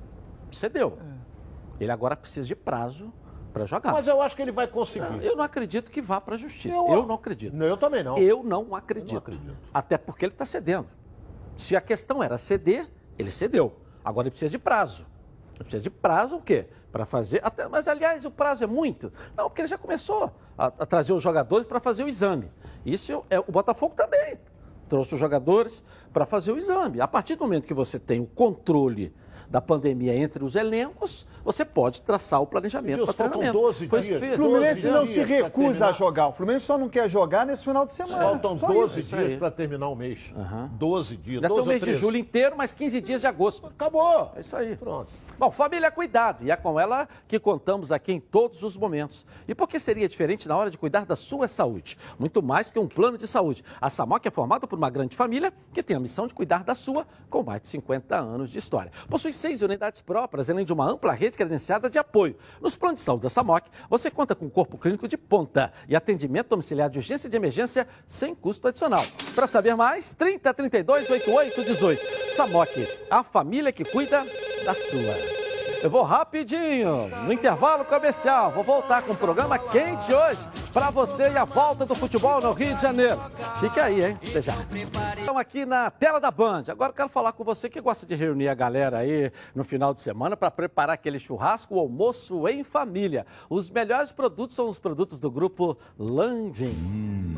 cedeu. É. Ele agora precisa de prazo para jogar. Mas eu acho que ele vai conseguir. Eu não acredito que vá para a justiça. Eu, eu não acredito. Eu também não. Eu não acredito. Eu não acredito. Até porque ele está cedendo. Se a questão era ceder, ele cedeu. Agora ele precisa de prazo. Ele precisa de prazo o quê? Para fazer... Até, mas, aliás, o prazo é muito? Não, porque ele já começou a, a trazer os jogadores para fazer o exame. Isso é o Botafogo também. Trouxe os jogadores para fazer o exame. A partir do momento que você tem o controle da pandemia entre os elencos, você pode traçar o planejamento para treinamento. doze Foi dias. O Fluminense não se recusa a jogar. O Fluminense só não quer jogar nesse final de semana. Faltam só doze isso. dias para terminar o mês. Uhum. doze dias. Já tem o mês treze. de julho inteiro, mais quinze dias de agosto. Acabou. É isso aí. Pronto. Bom, família, cuidado. E é com ela que contamos aqui em todos os momentos. E por que seria diferente na hora de cuidar da sua saúde? Muito mais que um plano de saúde. A Samok é formada por uma grande família que tem a missão de cuidar da sua com mais de cinquenta anos de história. Possui seis unidades próprias, além de uma ampla rede credenciada de apoio. Nos planos de saúde da Samok, você conta com um corpo clínico de ponta e atendimento domiciliar de urgência e de emergência sem custo adicional. Para saber mais, trinta, trinta e dois, oitenta e oito, dezoito. Samok, a família que cuida da sua. Eu vou rapidinho, no intervalo comercial, vou voltar com um programa quente hoje para você e a volta do futebol no Rio de Janeiro. Fique aí, hein? Até já. Estamos aqui na tela da Band. Agora eu quero falar com você que gosta de reunir a galera aí no final de semana para preparar aquele churrasco, o almoço em família. Os melhores produtos são os produtos do grupo Landim. Hum.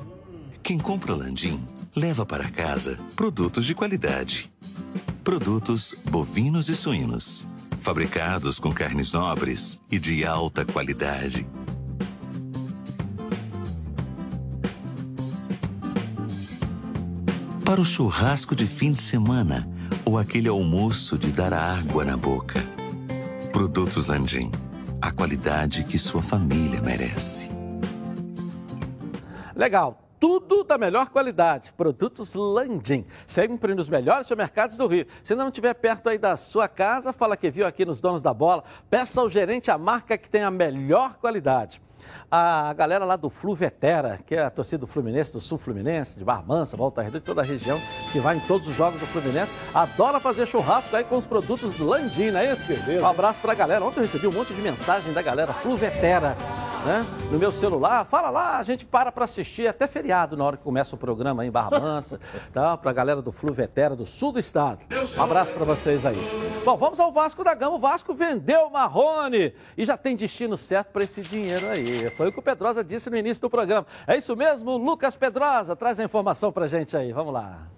Quem compra Landim leva para casa produtos de qualidade. Produtos bovinos e suínos, fabricados com carnes nobres e de alta qualidade. Para o churrasco de fim de semana ou aquele almoço de dar água na boca. Produtos Landim, a qualidade que sua família merece. Legal. Tudo da melhor qualidade. Produtos Landim, sempre nos melhores supermercados do Rio. Se não estiver perto aí da sua casa, fala que viu aqui nos Donos da Bola. Peça ao gerente a marca que tem a melhor qualidade. A galera lá do Fluvetera, que é a torcida do Fluminense, do Sul Fluminense, de Barra Mansa, Volta Redonda, de toda a região, que vai em todos os jogos do Fluminense, adora fazer churrasco aí com os produtos Landim, não é isso? Um abraço pra galera. Ontem eu recebi um monte de mensagem da galera Fluvetera. né, no meu celular, fala lá, a gente para para assistir, até feriado na hora que começa o programa aí em Barra Mansa, tá? Pra galera do Flu Vetera, do sul do estado. Um abraço para vocês aí. Bom, vamos ao Vasco da Gama. O Vasco vendeu o Marrone e já tem destino certo para esse dinheiro aí. Foi o que o Pedrosa disse no início do programa. É isso mesmo, Lucas Pedrosa, traz a informação pra gente aí, vamos lá.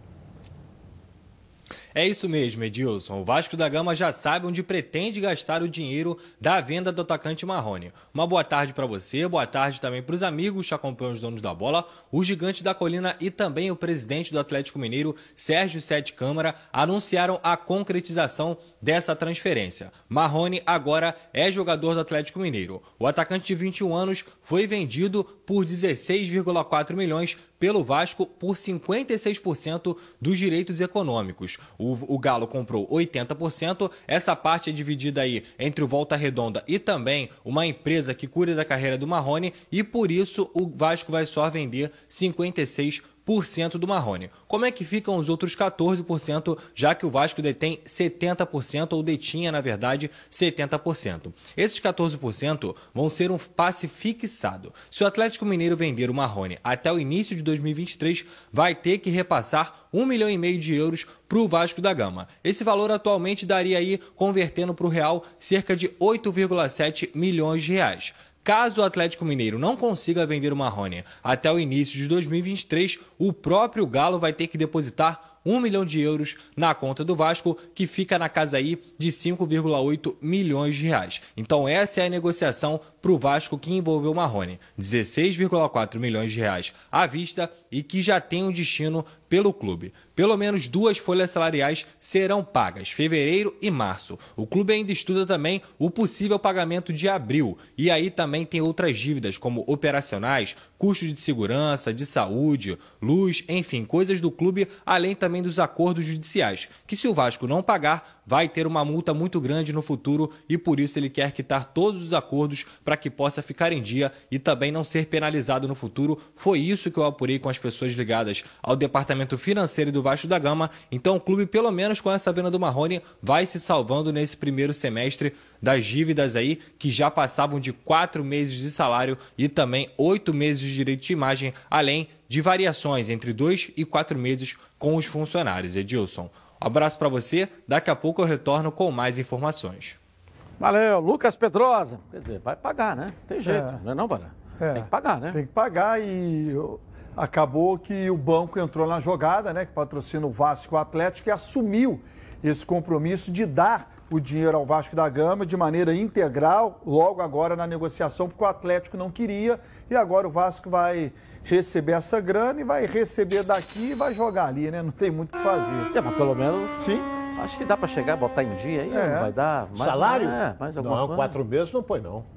É isso mesmo, Edilson. O Vasco da Gama já sabe onde pretende gastar o dinheiro da venda do atacante Marrone. Uma boa tarde para você, boa tarde também para os amigos que acompanham os donos da bola. O Gigante da Colina e também o presidente do Atlético Mineiro, Sérgio Sete Câmara, anunciaram a concretização dessa transferência. Marrone agora é jogador do Atlético Mineiro. O atacante de vinte e um anos foi vendido por dezesseis vírgula quatro milhões pelo Vasco por cinquenta e seis por cento dos direitos econômicos. O, o Galo comprou oitenta por cento, essa parte é dividida aí entre o Volta Redonda e também uma empresa que cuida da carreira do Marrone e por isso o Vasco vai só vender cinquenta e seis por cento do Marrone. Como é que ficam os outros quatorze por cento, já que o Vasco detém setenta por cento, ou detinha, na verdade, setenta por cento? Esses quatorze por cento vão ser um passe fixado. Se o Atlético Mineiro vender o Marrone até o início de dois mil e vinte e três, vai ter que repassar um milhão e meio de euros para o Vasco da Gama. Esse valor atualmente daria aí, convertendo para o real, cerca de oito vírgula sete milhões de reais. Caso o Atlético Mineiro não consiga vender o Marrone até o início de dois mil e vinte e três, o próprio Galo vai ter que depositar um milhão de euros na conta do Vasco, que fica na casa aí de cinco vírgula oito milhões de reais. Então essa é a negociação para o Vasco que envolveu o Marrone. dezesseis vírgula quatro milhões de reais à vista e que já tem um destino pelo clube. Pelo menos duas folhas salariais serão pagas, fevereiro e março. O clube ainda estuda também o possível pagamento de abril. E aí também tem outras dívidas, como operacionais, custos de segurança, de saúde, luz, enfim, coisas do clube, além também dos acordos judiciais, que se o Vasco não pagar, vai ter uma multa muito grande no futuro e por isso ele quer quitar todos os acordos para que possa ficar em dia e também não ser penalizado no futuro. Foi isso que eu apurei com as pessoas ligadas ao departamento financeiro do Vasco da Gama. Então o clube, pelo menos com essa venda do Marrone, vai se salvando nesse primeiro semestre das dívidas aí, que já passavam de quatro meses de salário e também oito meses de direito de imagem, além de variações entre dois e quatro meses com os funcionários. Edilson, um abraço para você, daqui a pouco eu retorno com mais informações. Valeu, Lucas Pedrosa. Quer dizer, vai pagar, né? Tem jeito, é. não é não, Barã? É. Tem que pagar, né? Tem que pagar e acabou que o banco entrou na jogada, né? Que patrocina o Vasco e o Atlético e assumiu esse compromisso de dar o dinheiro ao Vasco da Gama de maneira integral, logo agora na negociação, porque o Atlético não queria e agora o Vasco vai receber essa grana e vai receber daqui e vai jogar ali, né? Não tem muito o que fazer. É, mas pelo menos... Sim. Acho que dá para chegar, botar em dia aí, é. não vai dar... Mais, salário? É, mais alguma não, coisa. quatro meses não põe não.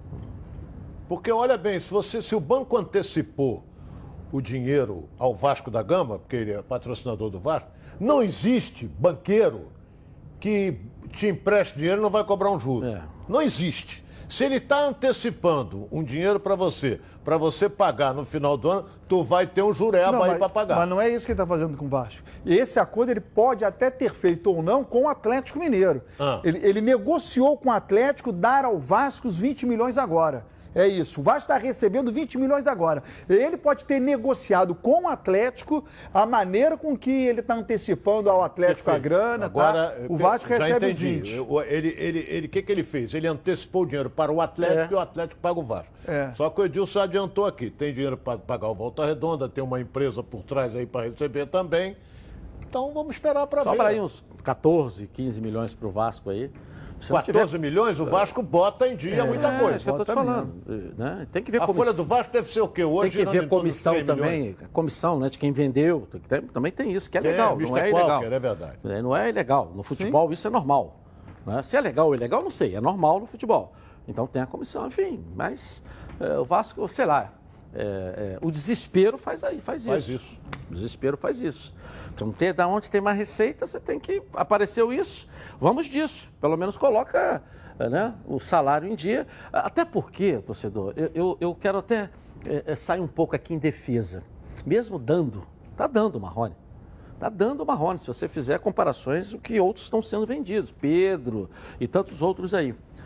Porque olha bem, se, você, se o banco antecipou o dinheiro ao Vasco da Gama, porque ele é patrocinador do Vasco, não existe banqueiro que te empreste dinheiro e não vai cobrar um juro. É. Não existe. Se ele está antecipando um dinheiro para você, para você pagar no final do ano, tu vai ter um jureba não, aí para pagar. Mas não é isso que ele está fazendo com o Vasco. E esse acordo ele pode até ter feito ou não com o Atlético Mineiro. Ah. Ele, ele negociou com o Atlético dar ao Vasco os vinte milhões agora. É isso. O Vasco está recebendo vinte milhões agora. Ele pode ter negociado com o Atlético a maneira com que ele está antecipando ao Atlético Perfeito. a grana. Agora, tá? O Vasco já recebe entendi. os vinte. Ele, ele, ele, que, que ele fez? Ele antecipou o dinheiro para o Atlético é. e o Atlético paga o Vasco. É. Só que o Edilson adiantou aqui. Tem dinheiro para pagar o Volta Redonda, tem uma empresa por trás aí para receber também. Então vamos esperar para ver. Sobra aí uns quatorze, quinze milhões para o Vasco aí. quatorze tiver... milhões, o Vasco bota em dia é, muita coisa. É isso que eu estou te falando. Né? Tem que ver a comiss... folha do Vasco deve ser o quê hoje? Tem que ver comissão também, a comissão né, de quem vendeu. Tem, também tem isso, que é legal, é, não é ilegal. Qualquer, é verdade. Não é ilegal. No futebol Sim. isso é normal. Né? Se é legal ou ilegal, não sei. É normal no futebol. Então tem a comissão, enfim. Mas é, o Vasco, sei lá, é, é, o desespero faz aí, faz, faz isso. isso. O desespero faz isso. Então, ter, da onde tem mais receita, você tem que... Apareceu isso, vamos disso. Pelo menos coloca né, o salário em dia. Até porque, torcedor, eu, eu, eu quero até é, sair um pouco aqui em defesa. Mesmo dando, está dando o Marrone. Está dando o Marrone, se você fizer comparações do que outros estão sendo vendidos. Pedro e tantos outros aí.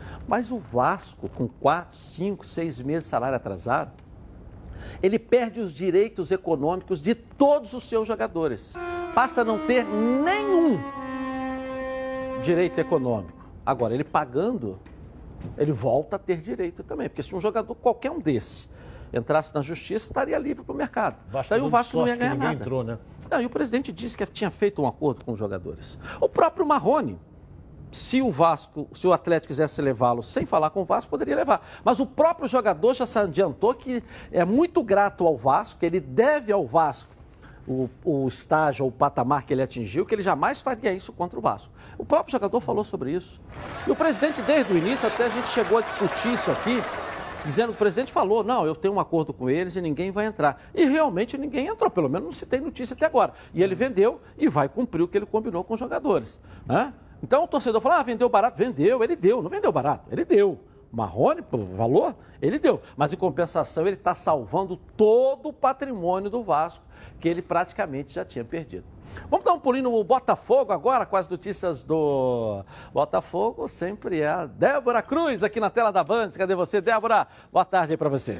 Mas o Vasco, com quatro, cinco, seis meses de salário atrasado, ele perde os direitos econômicos de todos os seus jogadores. Passa a não ter nenhum direito econômico. Agora, ele pagando, ele volta a ter direito também. Porque se um jogador, qualquer um desse, entrasse na justiça, estaria livre para o mercado. Basta Daí o Vasco não ia ganhar nada. Entrou, né? Não, e o presidente disse que tinha feito um acordo com os jogadores. O próprio Marrone, se o Vasco, se o Atlético quisesse levá-lo sem falar com o Vasco, poderia levar. Mas o próprio jogador já se adiantou que é muito grato ao Vasco, que ele deve ao Vasco o, o estágio, o patamar que ele atingiu, que ele jamais faria isso contra o Vasco. O próprio jogador falou sobre isso. E o presidente, desde o início, até a gente chegou a discutir isso aqui, dizendo que o presidente falou, não, eu tenho um acordo com eles e ninguém vai entrar. E realmente ninguém entrou, pelo menos não se tem notícia até agora. E ele vendeu e vai cumprir o que ele combinou com os jogadores, né? Então o torcedor fala, ah, vendeu barato? Vendeu, ele deu, não vendeu barato, ele deu. Marrone, por valor, ele deu. Mas em compensação ele está salvando todo o patrimônio do Vasco, que ele praticamente já tinha perdido. Vamos dar um pulinho no Botafogo agora, com as notícias do Botafogo. Sempre é a Débora Cruz aqui na tela da Band. Cadê você, Débora? Boa tarde aí para você.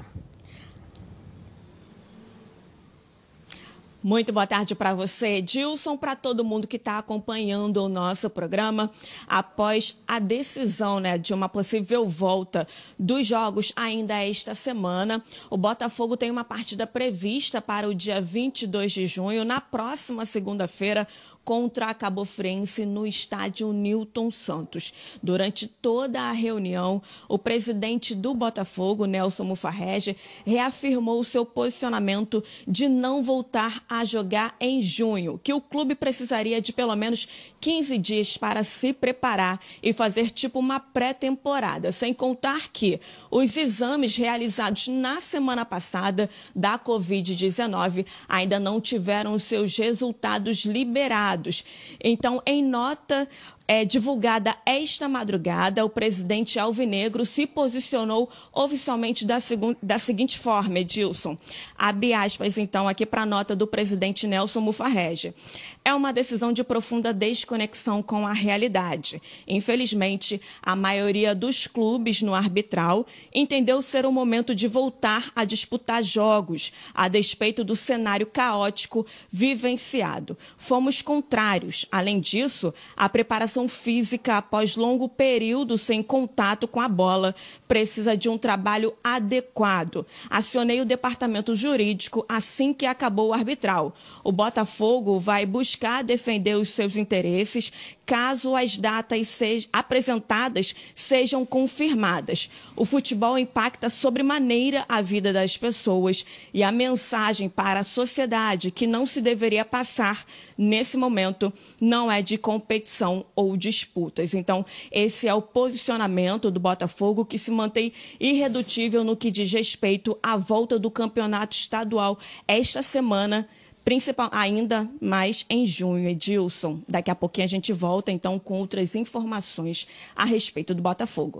Muito boa tarde para você, Edilson, para todo mundo que está acompanhando o nosso programa. Após a decisão, né, de uma possível volta dos jogos ainda esta semana, o Botafogo tem uma partida prevista para o dia vinte e dois de junho, na próxima segunda-feira, contra a Cabofrense no estádio Newton Santos. Durante toda a reunião, o presidente do Botafogo, Nelson Mufarrege, reafirmou o seu posicionamento de não voltar a jogar em junho, que o clube precisaria de pelo menos quinze dias para se preparar e fazer tipo uma pré-temporada, sem contar que os exames realizados na semana passada da covid dezenove ainda não tiveram os seus resultados liberados. Então, em nota é, divulgada esta madrugada, o presidente alvinegro se posicionou oficialmente da, da seguinte forma, Edilson. Abre aspas, então, aqui para a nota do presidente Nelson Mufarrege. É uma decisão de profunda desconexão com a realidade. Infelizmente, a maioria dos clubes no arbitral entendeu ser o momento de voltar a disputar jogos, a despeito do cenário caótico vivenciado. Fomos contrários. Além disso, a preparação física após longo período sem contato com a bola precisa de um trabalho adequado. Acionei o departamento jurídico assim que acabou o arbitral. O Botafogo vai buscar defender os seus interesses caso as datas sejam apresentadas sejam confirmadas. O futebol impacta sobremaneira a vida das pessoas e a mensagem para a sociedade que não se deveria passar nesse momento não é de competição ou disputas. Então, esse é o posicionamento do Botafogo, que se mantém irredutível no que diz respeito à volta do campeonato estadual esta semana, principal, ainda mais em junho, Edilson. Daqui a pouquinho a gente volta, então, com outras informações a respeito do Botafogo.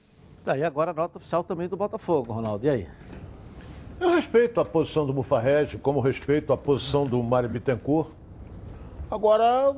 Daí agora a nota oficial também do Botafogo, Ronaldo. E aí? Eu respeito a posição do Mufarrege, como respeito a posição do Mário Bittencourt. Agora,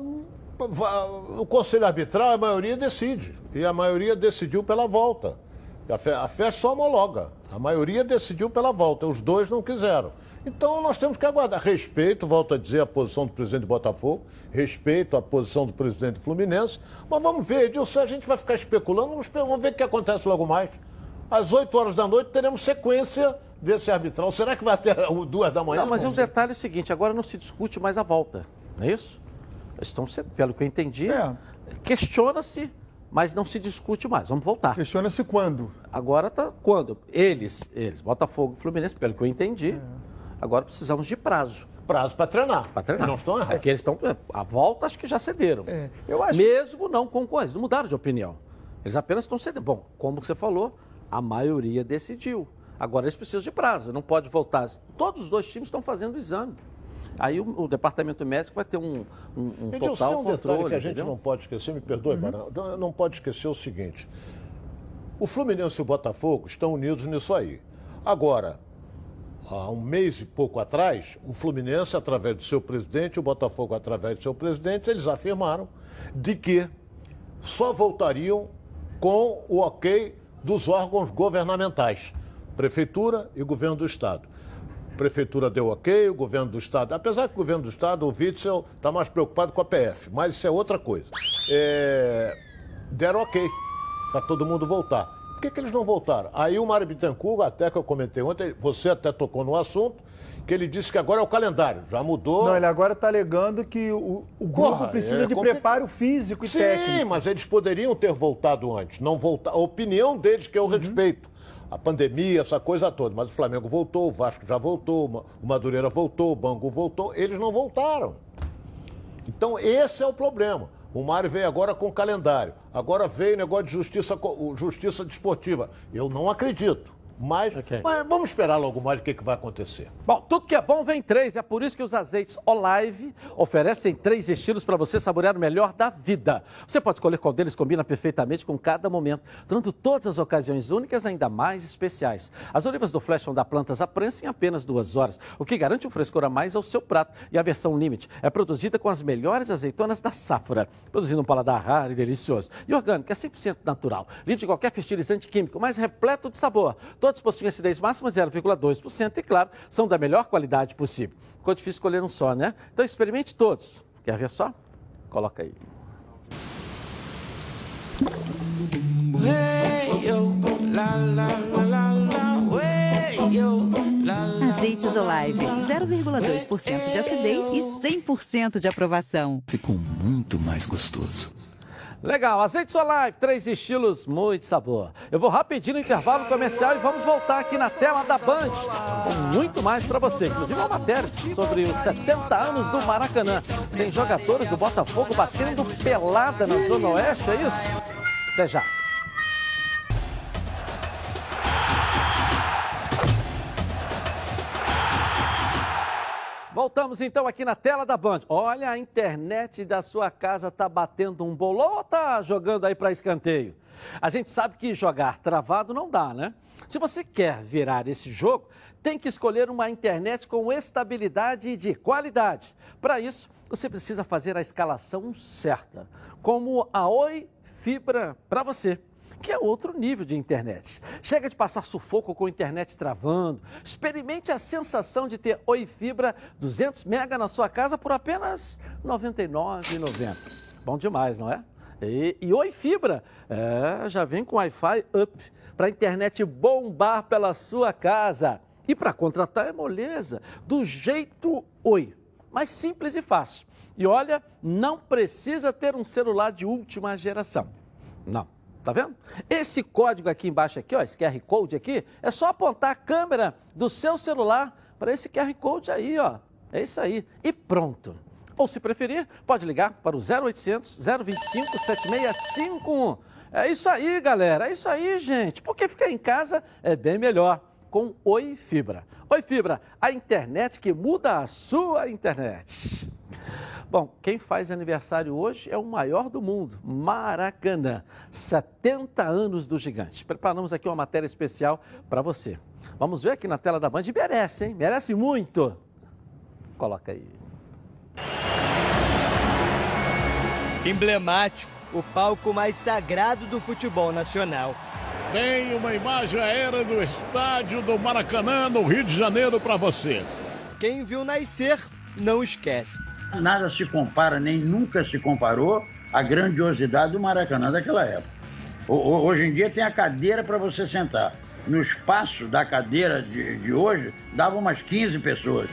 o Conselho Arbitral, a maioria decide. E a maioria decidiu pela volta. A F E S só homologa. A maioria decidiu pela volta. Os dois não quiseram. Então, nós temos que aguardar. Respeito, volto a dizer, a posição do presidente do Botafogo, respeito a posição do presidente do Fluminense, mas vamos ver, Edilson, a gente vai ficar especulando, vamos, vamos ver o que acontece logo mais. Às oito horas da noite teremos sequência desse arbitral. Será que vai até duas da manhã? Não, mas é um detalhe o seguinte, agora não se discute mais a volta, não é isso? Estão, pelo que eu entendi, é. questiona-se, mas não se discute mais. Vamos voltar. Questiona-se quando? Agora tá quando? Eles, eles, Botafogo e Fluminense, pelo que eu entendi, é. agora precisamos de prazo. Prazo para treinar. Para treinar. Não estão errados. É que eles estão. A volta acho que já cederam. É. Eu acho... Mesmo não concorrendo, não mudaram de opinião. Eles apenas estão cedendo. Bom, como você falou, a maioria decidiu. Agora eles precisam de prazo. Não pode voltar. Todos os dois times estão fazendo o exame. Aí o, o departamento médico vai ter um, um, um Edilson, total tem um controle. Detalhe que a gente entendeu? não pode esquecer, me perdoe, uhum. Barão, não pode esquecer o seguinte. O Fluminense e o Botafogo estão unidos nisso aí. Agora, há um mês e pouco atrás, o Fluminense, através do seu presidente, o Botafogo, através do seu presidente, eles afirmaram de que só voltariam com o ok dos órgãos governamentais, Prefeitura e Governo do Estado. A Prefeitura deu ok, o Governo do Estado, apesar que o Governo do Estado, o Witzel, está mais preocupado com a P F, mas isso é outra coisa. É... Deram ok para todo mundo voltar. Por que, que eles não voltaram? Aí o Mário Bittencourt, até que eu comentei ontem, você até tocou no assunto, que ele disse que agora é o calendário, já mudou. Não, ele agora está alegando que o, o grupo Porra, precisa é de complicado. preparo físico e Sim, técnico. Sim, mas eles poderiam ter voltado antes, não voltar. A opinião deles que eu uhum. respeito. A pandemia, essa coisa toda. Mas o Flamengo voltou, o Vasco já voltou, o Madureira voltou, o Bangu voltou. Eles não voltaram. Então esse é o problema. O Mário veio agora com o calendário. Agora veio o negócio de justiça, justiça desportiva. Eu não acredito. Mas, okay. mas vamos esperar logo mais o que, que vai acontecer. Bom, tudo que é bom vem três. É por isso que os azeites Olive oferecem três estilos para você saborear o melhor da vida. Você pode escolher qual deles combina perfeitamente com cada momento, tornando todas as ocasiões únicas ainda mais especiais. As olivas do Flash vão dar plantas à prensa em apenas duas horas, o que garante um frescor a mais ao seu prato. E a versão Limite é produzida com as melhores azeitonas da safra, produzindo um paladar raro e delicioso. E orgânico, é cem por cento natural, livre de qualquer fertilizante químico, mas repleto de sabor. Todos possuem acidez máxima zero vírgula dois por cento e, claro, são da melhor qualidade possível. Ficou difícil escolher um só, né? Então experimente todos. Quer ver só? Coloca aí. Azeites Olive, zero vírgula dois por cento de acidez e cem por cento de aprovação. Ficou muito mais gostoso. Legal, Azeites Olive, três estilos, muito sabor. Eu vou rapidinho no intervalo comercial e vamos voltar aqui na tela da Band com muito mais para você. Inclusive uma matéria sobre os setenta anos do Maracanã. Tem jogadores do Botafogo batendo pelada na Zona Oeste, é isso? Até já. Voltamos então aqui na tela da Band. Olha, a internet da sua casa tá batendo um bolão ou tá jogando aí para escanteio? A gente sabe que jogar travado não dá, né? Se você quer virar esse jogo, tem que escolher uma internet com estabilidade e de qualidade. Para isso, você precisa fazer a escalação certa, como a Oi Fibra para você, que é outro nível de internet. Chega de passar sufoco com a internet travando. Experimente a sensação de ter Oi Fibra duzentos mega na sua casa por apenas noventa e nove reais e noventa centavos. Bom demais, não é? E, e Oi Fibra é, já vem com Wi-Fi Up para a internet bombar pela sua casa. E para contratar é moleza, do jeito Oi, mais simples e fácil. E olha, não precisa ter um celular de última geração. Não. Tá vendo? Esse código aqui embaixo, aqui, ó, esse Q R Code aqui, é só apontar a câmera do seu celular para esse Q R Code aí, ó. É isso aí. E pronto. Ou, se preferir, pode ligar para o zero oitocentos, zero vinte e cinco, setenta e seis cinquenta e um. É isso aí, galera. É isso aí, gente. Porque ficar em casa é bem melhor com Oi Fibra. Oi Fibra, a internet que muda a sua internet. Bom, quem faz aniversário hoje é o maior do mundo, Maracanã. setenta anos do gigante. Preparamos aqui uma matéria especial para você. Vamos ver aqui na tela da Band. Merece, hein? Merece muito. Coloca aí. Emblemático, o palco mais sagrado do futebol nacional. Tem uma imagem aérea do estádio do Maracanã, no Rio de Janeiro, para você. Quem viu nascer, não esquece. Nada se compara, nem nunca se comparou à grandiosidade do Maracanã daquela época. Hoje em dia tem a cadeira para você sentar. No espaço da cadeira de, de hoje, dava umas quinze pessoas.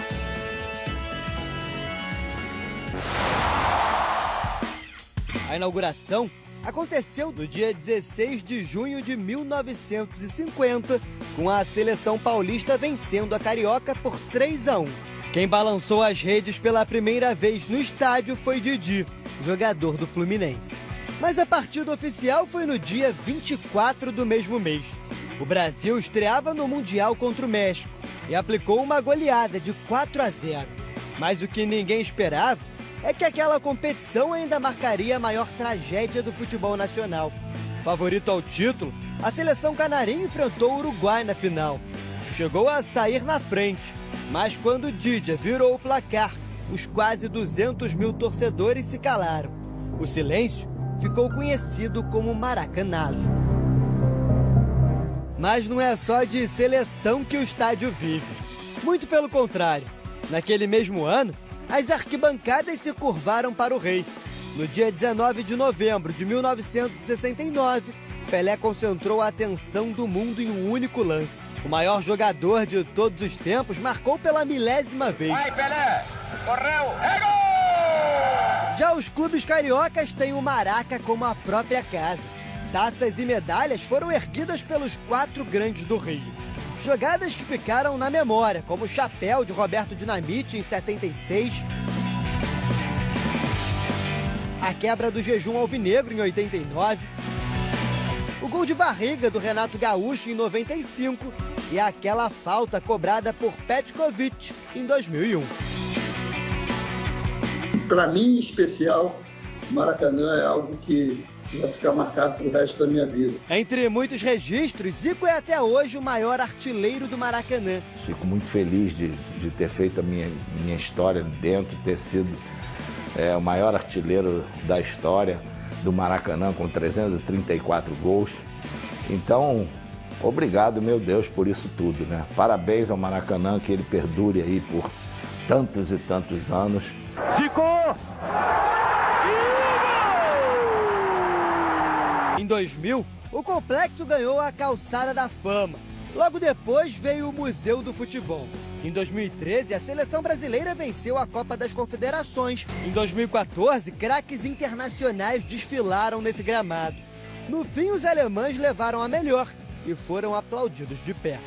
A inauguração aconteceu no dia dezesseis de junho de mil novecentos e cinquenta, com a seleção paulista vencendo a Carioca por três a um. Quem balançou as redes pela primeira vez no estádio foi Didi, jogador do Fluminense. Mas a partida oficial foi no dia vinte e quatro do mesmo mês. O Brasil estreava no Mundial contra o México e aplicou uma goleada de quatro a zero. Mas o que ninguém esperava é que aquela competição ainda marcaria a maior tragédia do futebol nacional. Favorito ao título, a seleção canarinha enfrentou o Uruguai na final. Chegou a sair na frente, mas quando Didia virou o placar, os quase duzentos mil torcedores se calaram. O silêncio ficou conhecido como Maracanazo. Mas não é só de seleção que o estádio vive. Muito pelo contrário. Naquele mesmo ano, as arquibancadas se curvaram para o rei. No dia dezenove de novembro de mil novecentos e sessenta e nove, Pelé concentrou a atenção do mundo em um único lance. O maior jogador de todos os tempos marcou pela milésima vez. Vai, Pelé! Correu! É gol! Já os clubes cariocas têm o Maraca como a própria casa. Taças e medalhas foram erguidas pelos quatro grandes do Rio. Jogadas que ficaram na memória, como o chapéu de Roberto Dinamite em setenta e seis, a quebra do jejum alvinegro em oitenta e nove, o gol de barriga do Renato Gaúcho em noventa e cinco e aquela falta cobrada por Petkovic em dois mil e um. Para mim, em especial, Maracanã é algo que vai ficar marcado pro resto da minha vida. Entre muitos registros, Zico é até hoje o maior artilheiro do Maracanã. Fico muito feliz de, de ter feito a minha, minha história dentro, ter sido é, o maior artilheiro da história do Maracanã, com trezentos e trinta e quatro gols. Então, obrigado, meu Deus, por isso tudo, né? Parabéns ao Maracanã, que ele perdure aí por tantos e tantos anos. Zico! Em dois mil, o complexo ganhou a Calçada da Fama. Logo depois veio o Museu do Futebol. Em dois mil e treze, a seleção brasileira venceu a Copa das Confederações. Em dois mil e quatorze, craques internacionais desfilaram nesse gramado. No fim, os alemães levaram a melhor e foram aplaudidos de pé.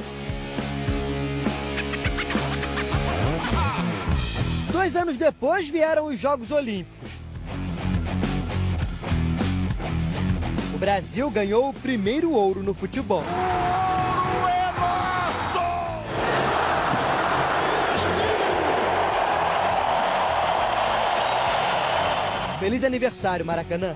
Dois anos depois vieram os Jogos Olímpicos. O Brasil ganhou o primeiro ouro no futebol. Ouro é nosso! Feliz aniversário, Maracanã!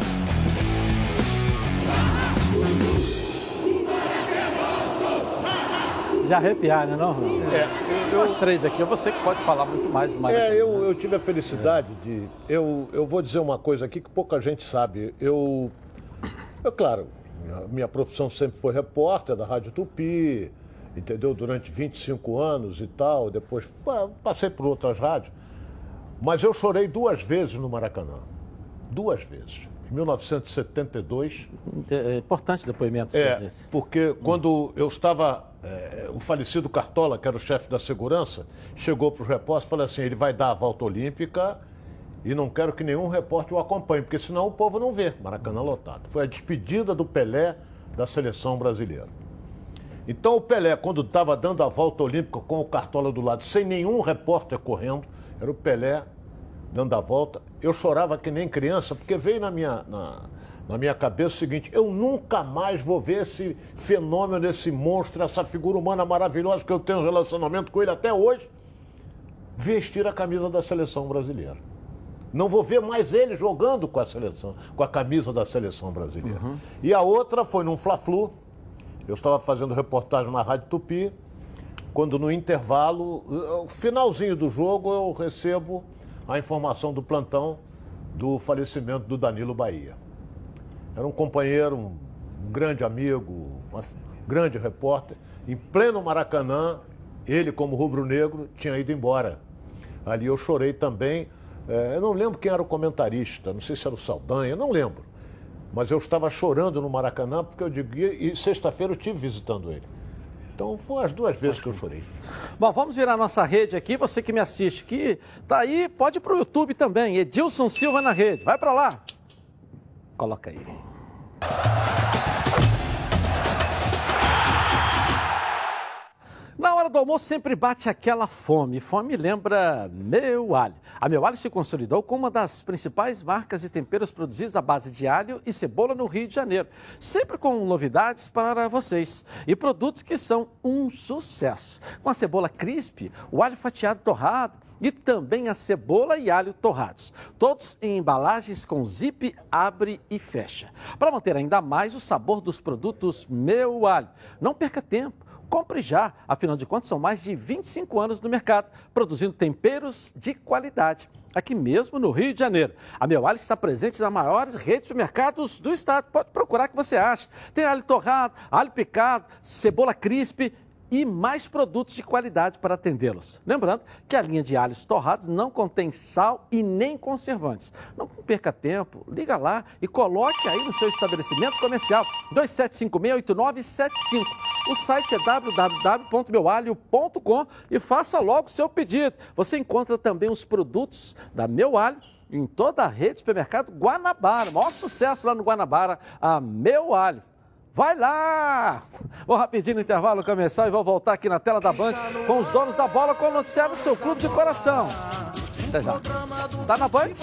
Já arrepiar, né, não? É, eu, Nós três aqui, é você que pode falar muito mais do Maracanã. É, eu, eu tive a felicidade é. de... Eu, eu vou dizer uma coisa aqui que pouca gente sabe. Eu, eu claro, minha, minha profissão sempre foi repórter da Rádio Tupi, entendeu? Durante vinte e cinco anos e tal. Depois passei por outras rádios. Mas eu chorei duas vezes no Maracanã. Duas vezes. Em mil novecentos e setenta e dois. É importante depoimento. É, porque hum. quando eu estava... É, o falecido Cartola, que era o chefe da segurança, chegou para os repórteres e falou assim, ele vai dar a volta olímpica e não quero que nenhum repórter o acompanhe, porque senão o povo não vê Maracanã lotado. Foi a despedida do Pelé da seleção brasileira. Então o Pelé, quando estava dando a volta olímpica com o Cartola do lado, sem nenhum repórter correndo, era o Pelé dando a volta, eu chorava que nem criança, porque veio na minha... Na, Na minha cabeça o seguinte, eu nunca mais vou ver esse fenômeno, esse monstro, essa figura humana maravilhosa que eu tenho um relacionamento com ele até hoje, vestir a camisa da seleção brasileira. Não vou ver mais ele jogando com a seleção, com a camisa da seleção brasileira. Uhum. E a outra foi num Fla-Flu, eu estava fazendo reportagem na Rádio Tupi, quando no intervalo, no finalzinho do jogo, eu recebo a informação do plantão do falecimento do Danilo Bahia. Era um companheiro, um grande amigo, um grande repórter. Em pleno Maracanã, ele, como rubro-negro, tinha ido embora. Ali eu chorei também. É, eu não lembro quem era o comentarista, não sei se era o Saldanha, não lembro. Mas eu estava chorando no Maracanã, porque eu digo, e sexta-feira eu estive visitando ele. Então, foram as duas vezes que eu chorei. Bom, vamos virar nossa rede aqui. Você que me assiste, que tá aí, pode ir para o YouTube também. Edilson Silva na rede. Vai para lá. Coloca aí. Na hora do almoço sempre bate aquela fome. Fome lembra Meu Alho. A Meu Alho se consolidou como uma das principais marcas de temperos produzidos à base de alho e cebola no Rio de Janeiro. Sempre com novidades para vocês. E produtos que são um sucesso. Com a cebola crisp, o alho fatiado torrado e também a cebola e alho torrados. Todos em embalagens com zip, abre e fecha. Para manter ainda mais o sabor dos produtos Meu Alho. Não perca tempo. Compre já, afinal de contas são mais de vinte e cinco anos no mercado, produzindo temperos de qualidade. aqui mesmo no Rio de Janeiro. A Meu Alho está presente nas maiores redes de supermercados do estado. Pode procurar que você acha. Tem alho torrado, alho picado, cebola crisp e mais produtos de qualidade para atendê-los. Lembrando que a linha de alhos torrados não contém sal e nem conservantes. Não perca tempo, liga lá e coloque aí no seu estabelecimento comercial dois sete cinco seis, oito nove sete cinco. O site é w w w ponto meu alho ponto com e faça logo o seu pedido. Você encontra também os produtos da Meu Alho em toda a rede de supermercado Guanabara. Maior sucesso lá no Guanabara, a Meu Alho. Vai lá! Vou rapidinho no intervalo começar e vou voltar aqui na tela da Band com os donos da bola com o noticiário do seu clube de coração. Até já. Tá na Band?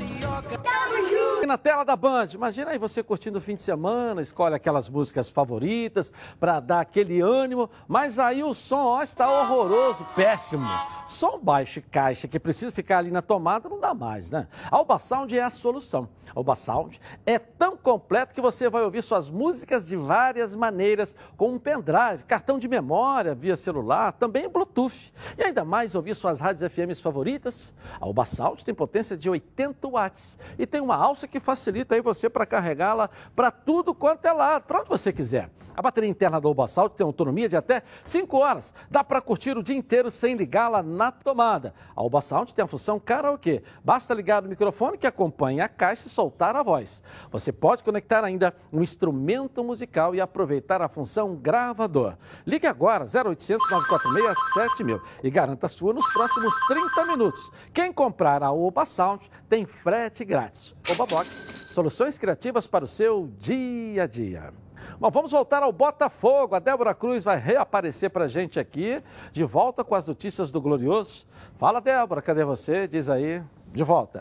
E na tela da Band. Imagina aí você curtindo o fim de semana, escolhe aquelas músicas favoritas para dar aquele ânimo, mas aí o som ó, está horroroso, péssimo. Som baixo e caixa que precisa ficar ali na tomada não dá mais, né? A Alba Sound é a solução. A Alba Sound é tão completo que você vai ouvir suas músicas de várias maneiras, com um pendrive, cartão de memória, via celular, também Bluetooth. E ainda mais ouvir suas rádios F Ms favoritas. A Alba Sound tem potência de oitenta watts e tem uma alça que facilita aí você para carregá-la para tudo quanto é lado, para onde você quiser. A bateria interna da Alba Sound tem autonomia de até cinco horas. Dá para curtir o dia inteiro sem ligá-la na tomada. A Alba Sound tem a função karaokê. Basta ligar o microfone que acompanha a caixa e soltar a voz. Você pode conectar ainda um instrumento musical e aproveitar a função gravador. Ligue agora zero oitocentos, nove quatro seis, sete mil e garanta a sua nos próximos trinta minutos. Quem comprar a Alba Sound tem frete grátis. Alba Box, soluções criativas para o seu dia a dia. Bom, vamos voltar ao Botafogo. A Débora Cruz vai reaparecer para a gente aqui, de volta com as notícias do Glorioso. Fala, Débora, cadê você? Diz aí, de volta.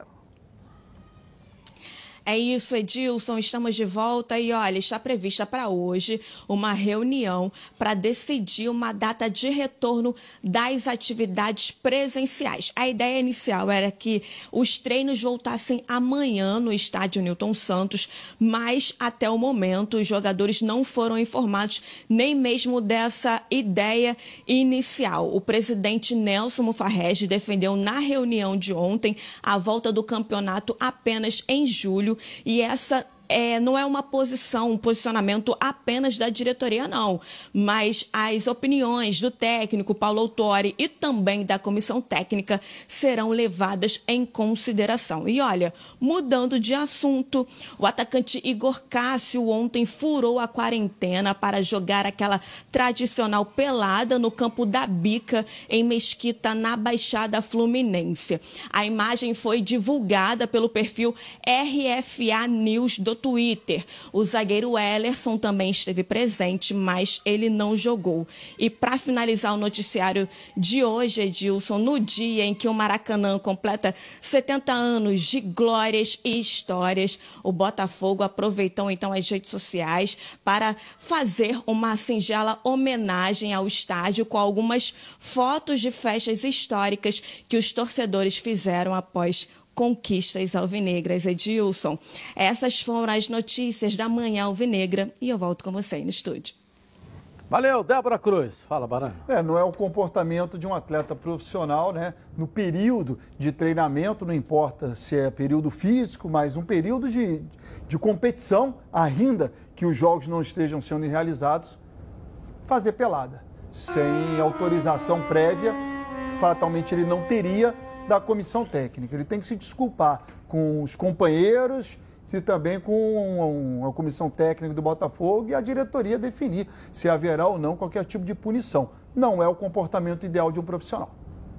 É isso, Edilson, estamos de volta e, olha, está prevista para hoje uma reunião para decidir uma data de retorno das atividades presenciais. A ideia inicial era que os treinos voltassem amanhã no estádio Newton Santos, mas até o momento os jogadores não foram informados nem mesmo dessa ideia inicial. O presidente Nelson Mufarrege defendeu na reunião de ontem a volta do campeonato apenas em julho. E essa é, não é uma posição, um posicionamento apenas da diretoria, não. Mas as opiniões do técnico Paulo Autori e também da comissão técnica serão levadas em consideração. E olha, mudando de assunto, o atacante Igor Cássio ontem furou a quarentena para jogar aquela tradicional pelada no campo da Bica, em Mesquita, na Baixada Fluminense. A imagem foi divulgada pelo perfil R F A News do Twitter. O zagueiro Ellerson também esteve presente, mas ele não jogou. E para finalizar o noticiário de hoje, Edilson, no dia em que o Maracanã completa setenta anos de glórias e histórias, o Botafogo aproveitou então as redes sociais para fazer uma singela homenagem ao estádio com algumas fotos de festas históricas que os torcedores fizeram após conquistas alvinegras. Edilson, essas foram as notícias da Manhã Alvinegra e eu volto com você aí no estúdio. Valeu, Débora Cruz. Fala, Barão. É, não é o comportamento de um atleta profissional, né? No período de treinamento, não importa se é período físico, mas um período de, de competição, ainda que os jogos não estejam sendo realizados, fazer pelada. Sem autorização prévia, fatalmente ele não teria da comissão técnica. Ele tem que se desculpar com os companheiros e também com a comissão técnica do Botafogo e a diretoria definir se haverá ou não qualquer tipo de punição. Não é o comportamento ideal de um profissional.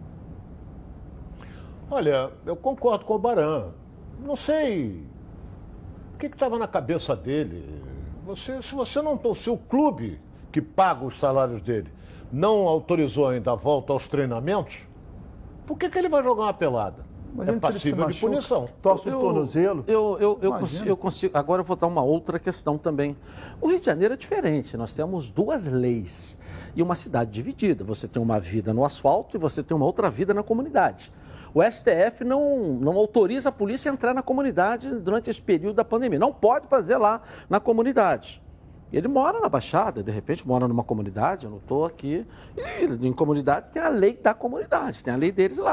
Olha, eu concordo com o Baran. Não sei o que estava na cabeça dele. Você, se você não, se o clube que paga os salários dele não autorizou ainda a volta aos treinamentos, por que, que ele vai jogar uma pelada? Mas é passível de punição. Torce o tornozelo. Eu, eu, eu, consigo, eu consigo. Agora eu vou dar uma outra questão também. O Rio de Janeiro é diferente. Nós temos duas leis e uma cidade dividida. Você tem uma vida no asfalto e você tem uma outra vida na comunidade. O S T F não, não autoriza a polícia a entrar na comunidade durante esse período da pandemia. Não pode fazer lá na comunidade. Ele mora na Baixada, de repente mora numa comunidade, eu não estou aqui. E em comunidade tem a lei da comunidade, tem a lei deles lá.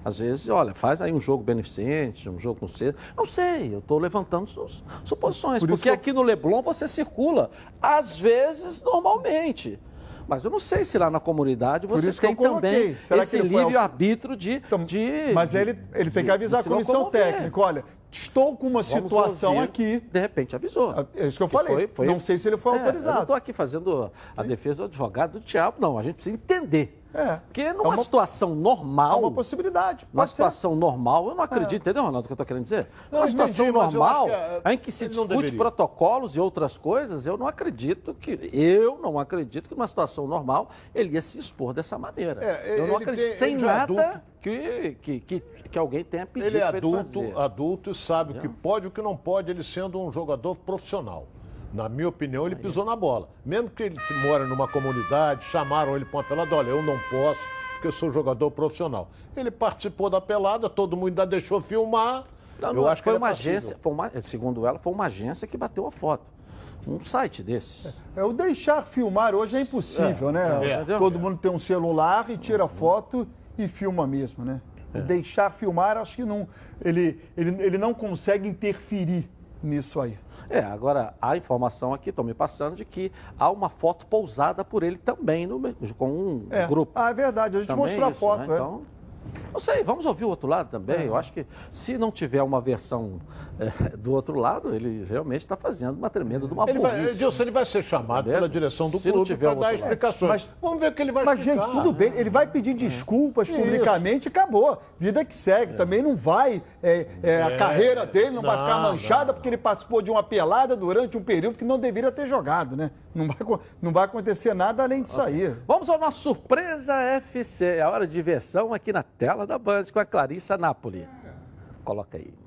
Às vezes, olha, faz aí um jogo beneficente, um jogo com cedo. Não sei, eu estou levantando suposições. Por porque eu... aqui no Leblon você circula, às vezes, normalmente. Mas eu não sei se lá na comunidade você tem também Será esse livre-arbítrio de, então, de... Mas ele, ele tem que avisar de, a comissão técnica, olha, estou com uma Vamos situação ouvir. aqui. De repente avisou. É isso que eu falei. Foi, foi... Não sei se ele foi é, autorizado. Eu não estou aqui fazendo a Sim. defesa do advogado do diabo, não. A gente precisa entender. É. Porque numa é uma, situação normal... É uma possibilidade. Uma situação ser. normal, eu não acredito, é. entendeu, Ronaldo, o que eu estou querendo dizer? Não, uma situação entendi, normal, que, em que se discute protocolos e outras coisas, eu não acredito que... Eu não acredito que numa situação normal ele ia se expor dessa maneira. É, eu não acredito, tem, sem nada é que, que, que, que alguém tenha pedido Ele é para adulto, ele adulto e sabe o que pode e o que não pode, ele sendo um jogador profissional. Na minha opinião, ele pisou na bola. Mesmo que ele mora numa comunidade, chamaram ele para uma pelada, olha, eu não posso, porque eu sou jogador profissional. Ele participou da pelada, todo mundo ainda deixou filmar. Não, eu não, acho foi que uma é agência, foi uma, segundo ela, foi uma agência que bateu a foto. Um site desses. É, o deixar filmar hoje é impossível, é, né? É. Todo mundo tem um celular e tira foto e filma mesmo, né? É. Deixar filmar, acho que não, ele, ele, ele não consegue interferir nisso aí. É, agora a informação aqui, estou me passando, de que há uma foto pousada por ele também no, com um é. grupo. Ah, é verdade, a gente também mostrou isso, a foto. Né? É. Então, não sei, vamos ouvir o outro lado também. É. Eu acho que se não tiver uma versão é, do outro lado, ele realmente está fazendo uma tremenda de uma ele vai, Edilson, ele vai ser chamado pela direção do clube para dar explicações. Mas, Vamos ver o que ele vai mas, explicar. Mas, gente, tudo bem. Ele vai pedir desculpas é. publicamente e acabou. Vida que segue. É. Também não vai... É, é, a carreira dele não, não vai ficar manchada não. porque ele participou de uma pelada durante um período que não deveria ter jogado, né? Não vai, não vai acontecer nada além disso okay. aí. Vamos ao nosso Surpresa F C. É a hora de diversão aqui na tela da Band com a Clarissa Napoli. Coloca aí.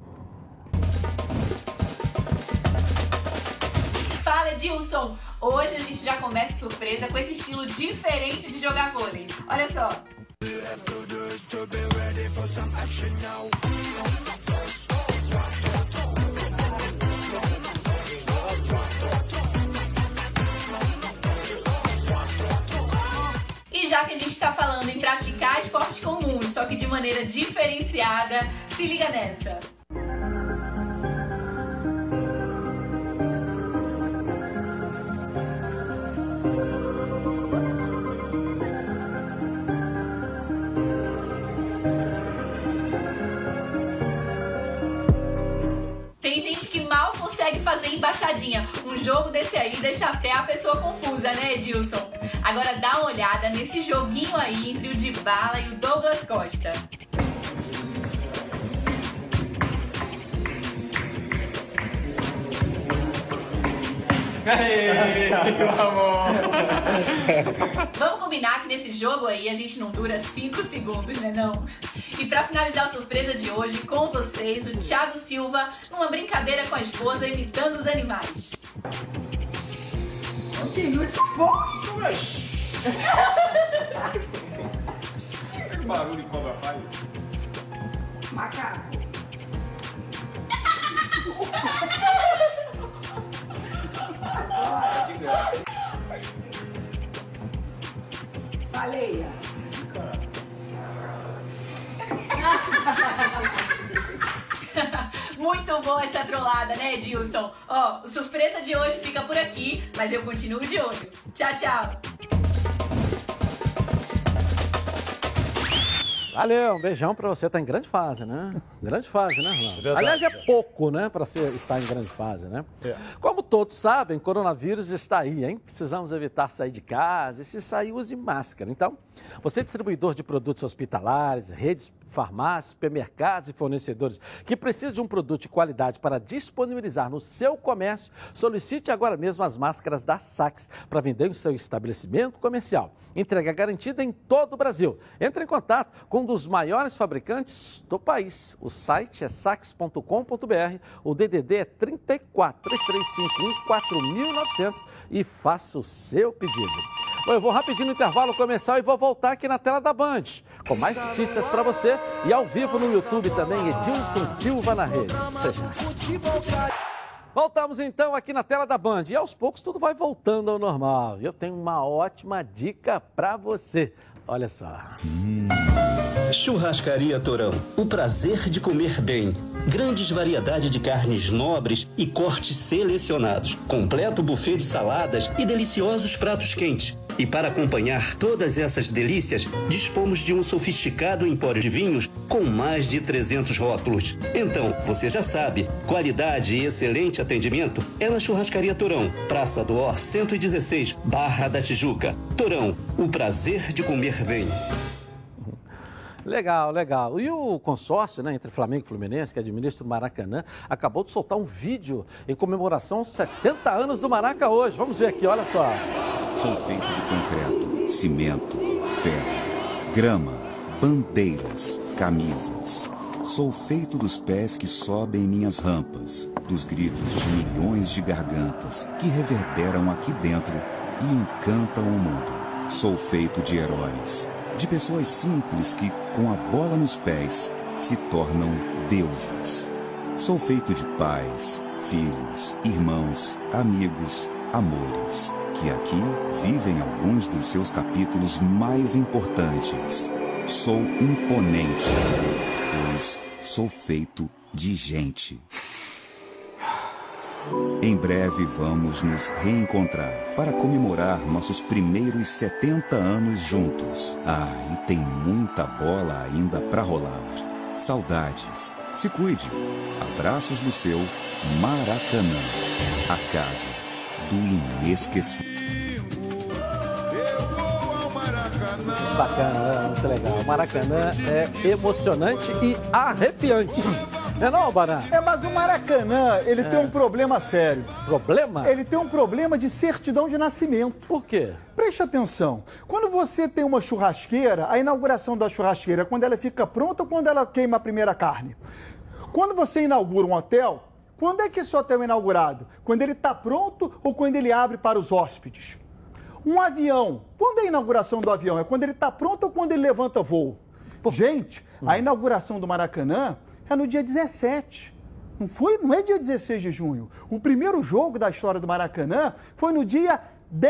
Fala, Edilson! Hoje a gente já começa surpresa com esse estilo diferente de jogar vôlei. Olha só. E já que a gente está falando em praticar esportes comuns, só que de maneira diferenciada, se liga nessa. Tem gente que mal consegue fazer embaixadinha. Um jogo desse aí deixa até a pessoa confusa, né, Edilson? Agora dá uma olhada nesse joguinho aí entre o Dybala e o Douglas Costa. Aê, amor. Vamos combinar que nesse jogo aí a gente não dura cinco segundos, né não? E pra finalizar a surpresa de hoje, com vocês, o Thiago Silva, numa brincadeira com a esposa, imitando os animais. Que barulho que cobra faz? Macaco. Baleia. Muito boa essa trollada, né, Edilson? Ó, o surpresa de hoje fica por aqui, mas eu continuo de olho. Tchau, tchau. Valeu, um beijão pra você. Tá em grande fase, né? Grande fase, né, Ronaldo? Aliás, é pouco, né, pra ser, estar em grande fase, né? É. Como todos sabem, coronavírus está aí, hein? Precisamos evitar sair de casa e, se sair, use máscara. Então, você, distribuidor de produtos hospitalares, redes, farmácias, supermercados e fornecedores que precisa de um produto de qualidade para disponibilizar no seu comércio, solicite agora mesmo as máscaras da Sax para vender em seu estabelecimento comercial. Entrega garantida em todo o Brasil. Entre em contato com um dos maiores fabricantes do país. O site é sax ponto com ponto br, o D D D é trinta e quatro, três três cinco um, quatro mil e novecentos e faça o seu pedido. Bom, eu vou rapidinho no intervalo comercial e vou voltar aqui na tela da Band com mais notícias para você e ao vivo no YouTube também, Edilson Silva na rede. Voltamos então aqui na tela da Band e aos poucos tudo vai voltando ao normal. Eu tenho uma ótima dica para você. Olha só. Hum. Churrascaria Torão. O prazer de comer bem. Grandes variedades de carnes nobres e cortes selecionados. Completo buffet de saladas e deliciosos pratos quentes. E para acompanhar todas essas delícias, dispomos de um sofisticado empório de vinhos com mais de trezentos rótulos. Então, você já sabe, qualidade e excelente atendimento é na Churrascaria Torão. Praça do Or cento e dezesseis, Barra da Tijuca. Torão, o prazer de comer bem. Legal, legal. E o consórcio, né, entre Flamengo e Fluminense, que administra o Maracanã, acabou de soltar um vídeo em comemoração aos setenta anos do Maraca hoje. Vamos ver aqui, olha só. Sou feito de concreto, cimento, ferro, grama, bandeiras, camisas. Sou feito dos pés que sobem minhas rampas, dos gritos de milhões de gargantas que reverberam aqui dentro e encantam o mundo. Sou feito de heróis, de pessoas simples que, com a bola nos pés, se tornam deuses. Sou feito de pais, filhos, irmãos, amigos, amores, que aqui vivem alguns dos seus capítulos mais importantes. Sou imponente, pois sou feito de gente. Em breve vamos nos reencontrar para comemorar nossos primeiros setenta anos juntos. Ah, e tem muita bola ainda para rolar. Saudades. Se cuide. Abraços do seu Maracanã. A casa do inesquecível. Bacana, muito legal. O Maracanã é emocionante e arrepiante. É não, Barã? É, mas o Maracanã, ele é. tem um problema sério. Problema? Ele tem um problema de certidão de nascimento. Por quê? Preste atenção. Quando você tem uma churrasqueira, a inauguração da churrasqueira é quando ela fica pronta ou quando ela queima a primeira carne? Quando você inaugura um hotel, quando é que esse hotel é inaugurado? Quando ele está pronto ou quando ele abre para os hóspedes? Um avião, quando é a inauguração do avião? É quando ele está pronto ou quando ele levanta voo? Gente, hum. a inauguração do Maracanã é no dia dezessete. Não foi, não é dia dezesseis de junho. O primeiro jogo da história do Maracanã foi no dia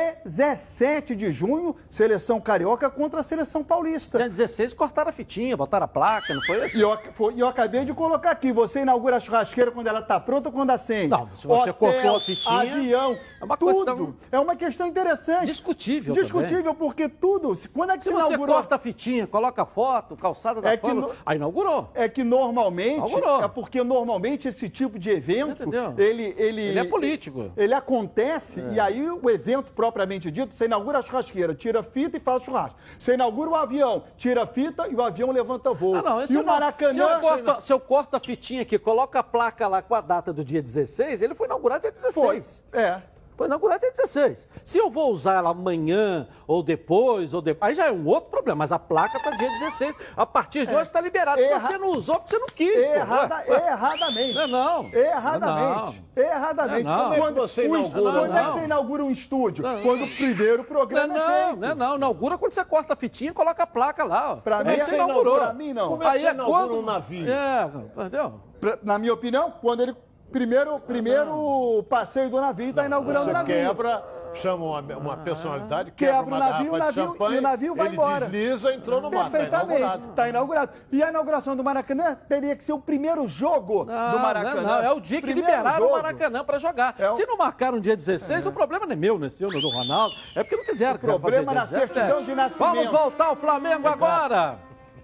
dezessete de junho, seleção carioca contra a seleção paulista. Dia dezesseis cortaram a fitinha, botaram a placa, não foi isso? E eu, foi, eu acabei de colocar aqui, você inaugura a churrasqueira quando ela está pronta ou quando acende? Não, se você Hotel, cortou a fitinha... avião, é uma tudo. Questão... É uma questão interessante. Discutível Discutível, também. Porque tudo... Quando é que se se você inaugurou... corta a fitinha, coloca a foto, calçada da é fama, no... aí inaugurou. É que normalmente... Inaugurou. É porque normalmente esse tipo de evento, ele, ele... Ele é político. Ele acontece é. e aí o evento propriamente dito, você inaugura a churrasqueira, tira a fita e faz churrasco. Você inaugura o avião, tira a fita e o avião levanta voo. Ah, não, e o Maracanã... Se eu, corto, se eu corto a fitinha aqui, coloca a placa lá com a data do dia dezesseis, ele foi inaugurado dia dezesseis. Foi, é. Foi inaugurado dia dezesseis. Se eu vou usar ela amanhã, ou depois, ou depois, aí já é um outro problema, mas a placa está dia dezesseis. A partir de é. hoje está liberado. Erra... Você não usou porque você não quis. Errada... Pô. Erradamente. Não, não. Erradamente. Não. Erradamente. Não, não. Quando você inaugura, quando não. é que você inaugura um estúdio? Não. Quando o primeiro programa não, é feito. Não, não, inaugura quando você corta a fitinha e coloca a placa lá. Pra mim, você inaugurou. Pra mim, não. Como é que aí você é inaugura quando... um navio? É, entendeu? Na minha opinião, quando ele... Primeiro, primeiro passeio do navio está inaugurando você o navio. Quebra, chama uma, uma personalidade, quebra, quebra o uma navio, o garrafa navio, de champanhe, e o navio vai ele embora. desliza, entrou no mar, está Perfeitamente, inaugurado. Está inaugurado. E a inauguração do Maracanã teria que ser o primeiro jogo não, do Maracanã. Não, não, é o dia que primeiro liberaram jogo. o Maracanã para jogar. É o... Se não marcaram dia dezesseis, é. o problema não é meu, não é seu, não é do Ronaldo. É porque não quiseram. O problema na certidão de nascimento. Vamos voltar ao Flamengo agora.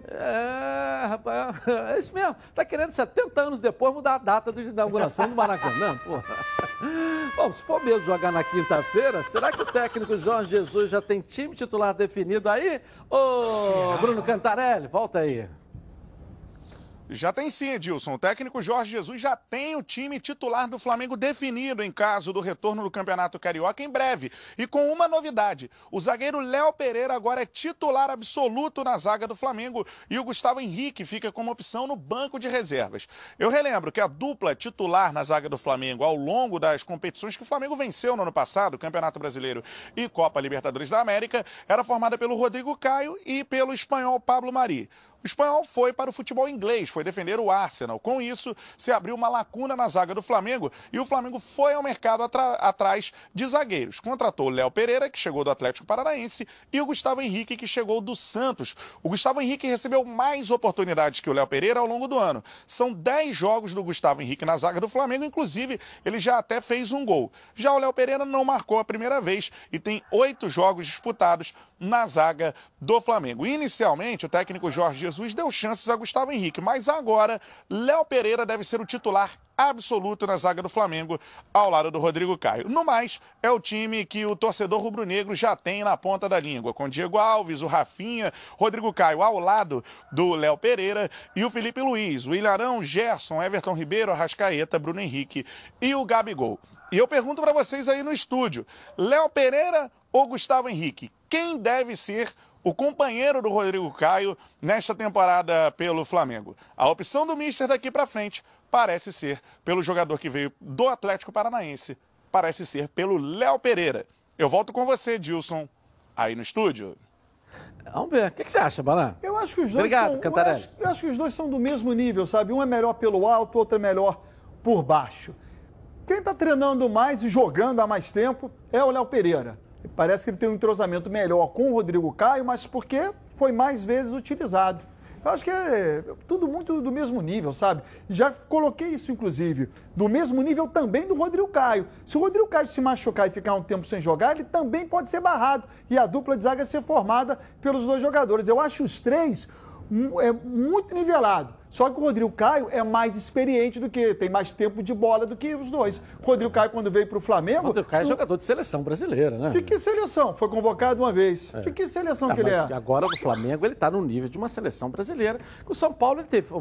É, rapaz, é isso mesmo. Tá querendo setenta anos depois mudar a data de inauguração do Maracanã, porra. Bom, se for mesmo jogar na quinta-feira, será que o técnico Jorge Jesus já tem time titular definido aí? Ô, Bruno Cantarelli, volta aí. Já tem sim, Edilson. O técnico Jorge Jesus já tem o time titular do Flamengo definido em caso do retorno do Campeonato Carioca em breve. E com uma novidade, o zagueiro Léo Pereira agora é titular absoluto na zaga do Flamengo e o Gustavo Henrique fica como opção no banco de reservas. Eu relembro que a dupla titular na zaga do Flamengo ao longo das competições que o Flamengo venceu no ano passado, Campeonato Brasileiro e Copa Libertadores da América, era formada pelo Rodrigo Caio e pelo espanhol Pablo Mari. O espanhol foi para o futebol inglês, foi defender o Arsenal. Com isso, se abriu uma lacuna na zaga do Flamengo e o Flamengo foi ao mercado atrás de zagueiros. Contratou o Léo Pereira, que chegou do Atlético Paranaense, e o Gustavo Henrique, que chegou do Santos. O Gustavo Henrique recebeu mais oportunidades que o Léo Pereira ao longo do ano. São dez jogos do Gustavo Henrique na zaga do Flamengo, inclusive ele já até fez um gol. Já o Léo Pereira não marcou a primeira vez e tem oito jogos disputados na zaga do Flamengo. Inicialmente, o técnico Jorge Jesus deu chances a Gustavo Henrique, mas agora Léo Pereira deve ser o titular absoluto na zaga do Flamengo, ao lado do Rodrigo Caio. No mais, é o time que o torcedor rubro-negro já tem na ponta da língua, com Diego Alves, o Rafinha, Rodrigo Caio ao lado do Léo Pereira e o Felipe Luiz, o Ilharão, Gerson, Everton Ribeiro, Arrascaeta, Bruno Henrique e o Gabigol. E eu pergunto para vocês aí no estúdio, Léo Pereira ou Gustavo Henrique? Quem deve ser o companheiro do Rodrigo Caio nesta temporada pelo Flamengo? A opção do Mister daqui para frente parece ser pelo jogador que veio do Atlético Paranaense, parece ser pelo Léo Pereira. Eu volto com você, Dilson, aí no estúdio. Vamos ver. O que, que você acha, Balan? Eu acho que os dois Obrigado, são, Cantarelli. eu acho, eu acho que os dois são do mesmo nível, sabe? Um é melhor pelo alto, outro é melhor por baixo. Quem está treinando mais e jogando há mais tempo é o Léo Pereira. Parece que ele tem um entrosamento melhor com o Rodrigo Caio, mas porque foi mais vezes utilizado. Eu acho que é tudo muito do mesmo nível, sabe? Já coloquei isso, inclusive, do mesmo nível também do Rodrigo Caio. Se o Rodrigo Caio se machucar e ficar um tempo sem jogar, ele também pode ser barrado. E a dupla de zaga ser formada pelos dois jogadores. Eu acho os três é muito nivelado. Só que o Rodrigo Caio é mais experiente do que, tem mais tempo de bola do que os dois. O Rodrigo Caio, quando veio para o Flamengo... O Rodrigo Caio é jogador de seleção brasileira, né? De que seleção? Foi convocado uma vez. É. De que seleção ah, que ele é? Agora no Flamengo ele está no nível de uma seleção brasileira. O São Paulo ele teve...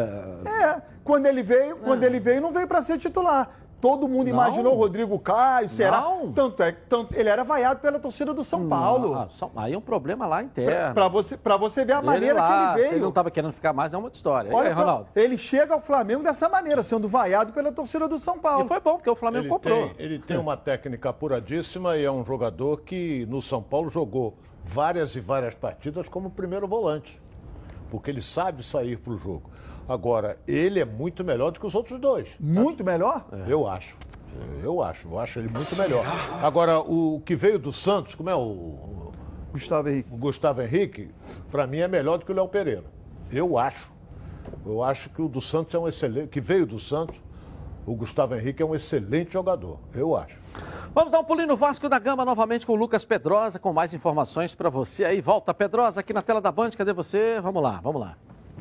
É, é quando ele veio, é. quando ele veio, não veio para ser titular. Todo mundo não. imaginou o Rodrigo Caio, será? Não. Tanto é que ele era vaiado pela torcida do São não. Paulo. Aí é um problema lá interno. Para você, pra você ver a ele maneira lá, que ele veio. Se ele não estava querendo ficar mais, é uma outra história. Olha, aí, Ronaldo? Ele chega ao Flamengo dessa maneira, sendo vaiado pela torcida do São Paulo. E foi bom, porque o Flamengo ele comprou. Tem, ele tem uma técnica apuradíssima e é um jogador que no São Paulo jogou várias e várias partidas como primeiro volante. Porque ele sabe sair para o jogo. Agora, ele é muito melhor do que os outros dois. Muito tá? melhor? É. Eu acho. Eu acho, eu acho ele muito melhor. Agora, o que veio do Santos, como é o... Gustavo Henrique. O Gustavo Henrique, para mim, é melhor do que o Léo Pereira. Eu acho. Eu acho que o do Santos é um excelente... Que veio do Santos, o Gustavo Henrique é um excelente jogador. Eu acho. Vamos dar um pulinho no Vasco da Gama novamente com o Lucas Pedrosa, com mais informações para você aí. Volta, Pedrosa, aqui na tela da Band. Cadê você? Vamos lá, vamos lá.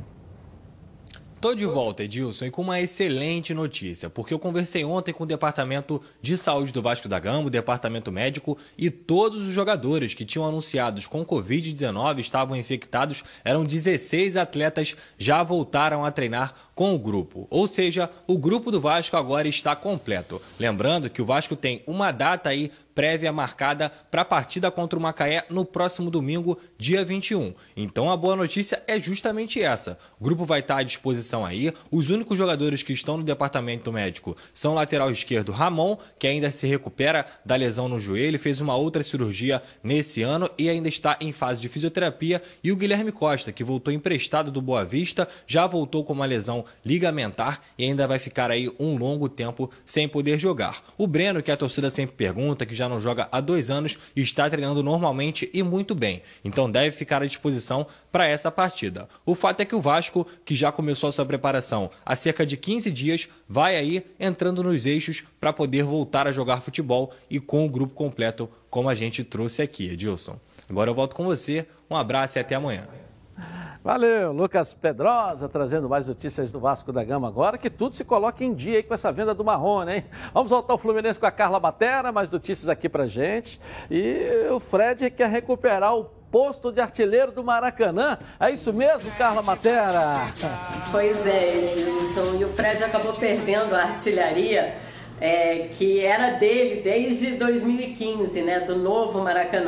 Tô de volta, Edilson, e com uma excelente notícia, porque eu conversei ontem com o Departamento de Saúde do Vasco da Gama, o Departamento Médico, e todos os jogadores que tinham anunciados com covid dezenove estavam infectados, eram dezesseis atletas, já voltaram a treinar com o grupo. Ou seja, o grupo do Vasco agora está completo. Lembrando que o Vasco tem uma data aí prévia marcada para a partida contra o Macaé no próximo domingo, dia vinte e um. Então a boa notícia é justamente essa. O grupo vai estar à disposição aí. Os únicos jogadores que estão no departamento médico são o lateral esquerdo Ramon, que ainda se recupera da lesão no joelho, fez uma outra cirurgia nesse ano e ainda está em fase de fisioterapia, e o Guilherme Costa, que voltou emprestado do Boa Vista, já voltou com uma lesão ligamentar e ainda vai ficar aí um longo tempo sem poder jogar. O Breno, que a torcida sempre pergunta, que já já não joga há dois anos e está treinando normalmente e muito bem. Então deve ficar à disposição para essa partida. O fato é que o Vasco, que já começou a sua preparação há cerca de quinze dias, vai aí entrando nos eixos para poder voltar a jogar futebol e com o grupo completo, como a gente trouxe aqui, Edilson. Agora eu volto com você. Um abraço e até amanhã. Valeu, Lucas Pedrosa, trazendo mais notícias do Vasco da Gama agora, que tudo se coloca em dia aí com essa venda do Marrone, hein? Vamos voltar ao Fluminense com a Carla Batera, mais notícias aqui pra gente. E o Fred quer recuperar o posto de artilheiro do Maracanã. É isso mesmo, Carla Batera? Pois é, Edilson. E o Fred acabou perdendo a artilharia é, que era dele desde dois mil e quinze, né? Do novo Maracanã.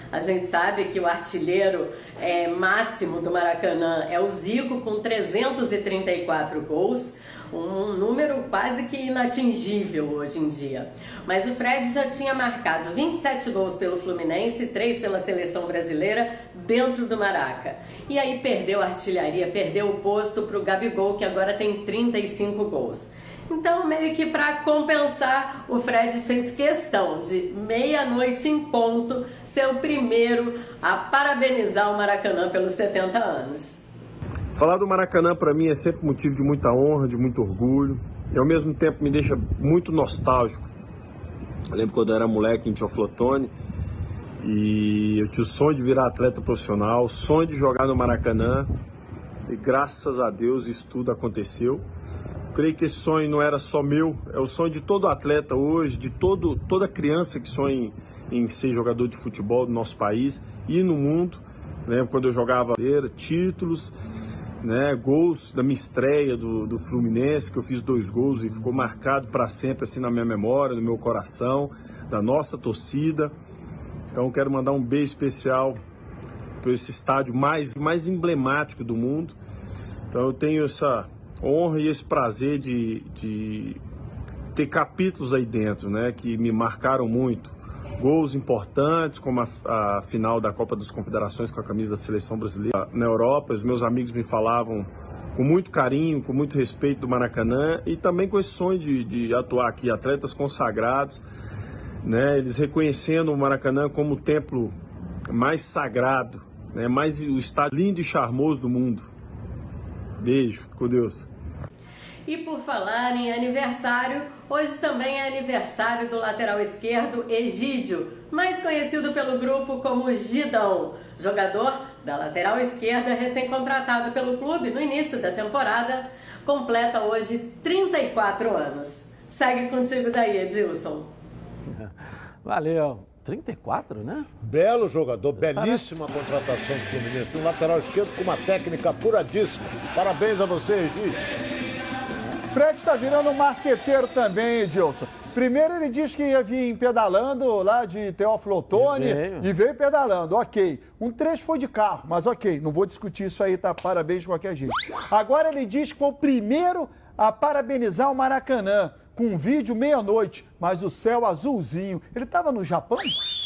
A gente sabe que o artilheiro é, máximo do Maracanã é o Zico, com trezentos e trinta e quatro gols, um número quase que inatingível hoje em dia. Mas o Fred já tinha marcado vinte e sete gols pelo Fluminense, três pela seleção brasileira, dentro do Maraca. E aí perdeu a artilharia, perdeu o posto para o Gabigol, que agora tem trinta e cinco gols. Então, meio que para compensar, o Fred fez questão de meia-noite em ponto ser o primeiro a parabenizar o Maracanã pelos setenta anos. Falar do Maracanã para mim é sempre motivo de muita honra, de muito orgulho e ao mesmo tempo me deixa muito nostálgico. Eu lembro quando eu era moleque em Teoflotone e eu tinha o sonho de virar atleta profissional, o sonho de jogar no Maracanã e graças a Deus isso tudo aconteceu. Creio que esse sonho não era só meu, é o sonho de todo atleta hoje, de todo, toda criança que sonha em, em ser jogador de futebol do nosso país e no mundo. Lembro quando eu jogava títulos, né, gols da minha estreia do, do Fluminense, que eu fiz dois gols e ficou marcado para sempre assim na minha memória, no meu coração, da nossa torcida. Então quero mandar um beijo especial para esse estádio mais, mais emblemático do mundo. Então eu tenho essa honra e esse prazer de, de ter capítulos aí dentro, né, que me marcaram muito. Gols importantes, como a, a final da Copa das Confederações com a camisa da Seleção Brasileira. Na Europa, os meus amigos me falavam com muito carinho, com muito respeito do Maracanã e também com esse sonho de, de atuar aqui, atletas consagrados, né, eles reconhecendo o Maracanã como o templo mais sagrado, né, mais o estádio lindo e charmoso do mundo. Beijo, com Deus. E por falar em aniversário, hoje também é aniversário do lateral esquerdo Egídio, mais conhecido pelo grupo como Gidão, jogador da lateral esquerda recém-contratado pelo clube no início da temporada, completa hoje trinta e quatro anos. Segue contigo daí, Edilson. Valeu. trinta e quatro, né? Belo jogador, belíssima contratação do Fluminense. Um lateral esquerdo com uma técnica apuradíssima. Parabéns a você, Egídio. Fred está virando um marqueteiro também, Edilson. Primeiro ele disse que ia vir pedalando lá de Teófilo Otoni e veio. e veio pedalando, ok. Um trecho foi de carro, mas ok, não vou discutir isso aí, tá? Parabéns de qualquer jeito. Agora ele diz que foi o primeiro a parabenizar o Maracanã, com um vídeo meia-noite, mas o céu azulzinho. Ele estava no Japão?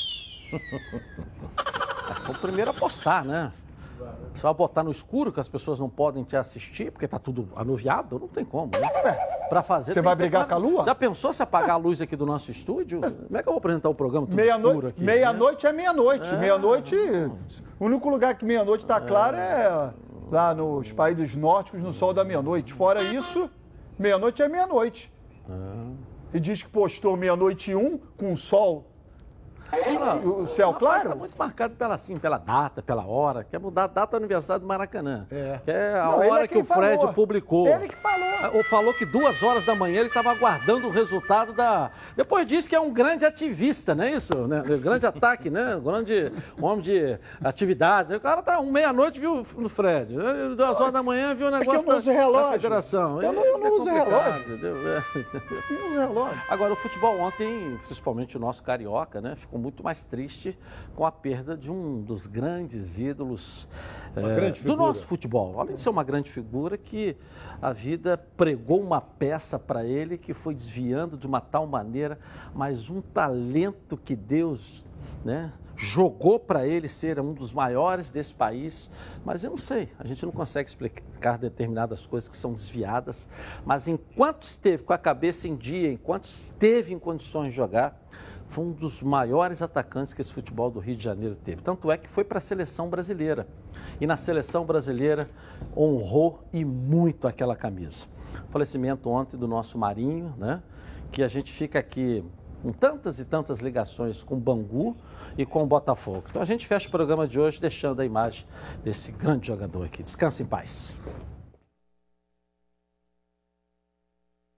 Foi o primeiro a postar, né? Você vai botar no escuro que as pessoas não podem te assistir, porque tá tudo anuviado? Não tem como, né? Pra fazer... Você vai brigar com a lua? Já pensou se apagar a luz aqui do nosso estúdio? Como é que eu vou apresentar o programa tudo meia escuro aqui? Meia-noite né? é meia-noite. É. Meia-noite... O único lugar que meia-noite tá claro é lá nos países nórdicos, no sol da meia-noite. Fora isso, meia-noite é meia-noite. Ah. E diz que postou meia-noite e um com o sol. Ah, o céu claro? Está muito marcado pela, assim, pela data, pela hora. Quer mudar a data do aniversário do Maracanã. É. Que é a Não, hora é que o Fred falou. publicou. Ele que falou. Ou falou que duas horas da manhã ele estava aguardando o resultado da... Depois disse que é um grande ativista, não é isso? Né? Grande ataque, né? Grande homem de atividade. O cara tá um meia-noite viu no Fred. Duas horas da manhã viu o negócio é que eu não uso da, relógio. da federação. Eu não, eu não é uso relógio. Entendeu? Eu não uso relógio. Agora, o futebol ontem, principalmente o nosso carioca, né? Ficou muito mais triste com a perda de um dos grandes ídolos é, do nosso futebol. Além de ser uma grande figura que a vida pregou uma peça para ele que foi desviando de uma tal maneira, mas um talento que Deus, né, jogou para ele ser um dos maiores desse país, mas eu não sei, a gente não consegue explicar determinadas coisas que são desviadas, mas enquanto esteve com a cabeça em dia, enquanto esteve em condições de jogar, foi um dos maiores atacantes que esse futebol do Rio de Janeiro teve. Tanto é que foi para a seleção brasileira. E na seleção brasileira honrou e muito aquela camisa. O falecimento ontem do nosso Marinho, né? Que a gente fica aqui com tantas e tantas ligações com o Bangu e com o Botafogo. Então a gente fecha o programa de hoje deixando a imagem desse grande jogador aqui. Descanse em paz.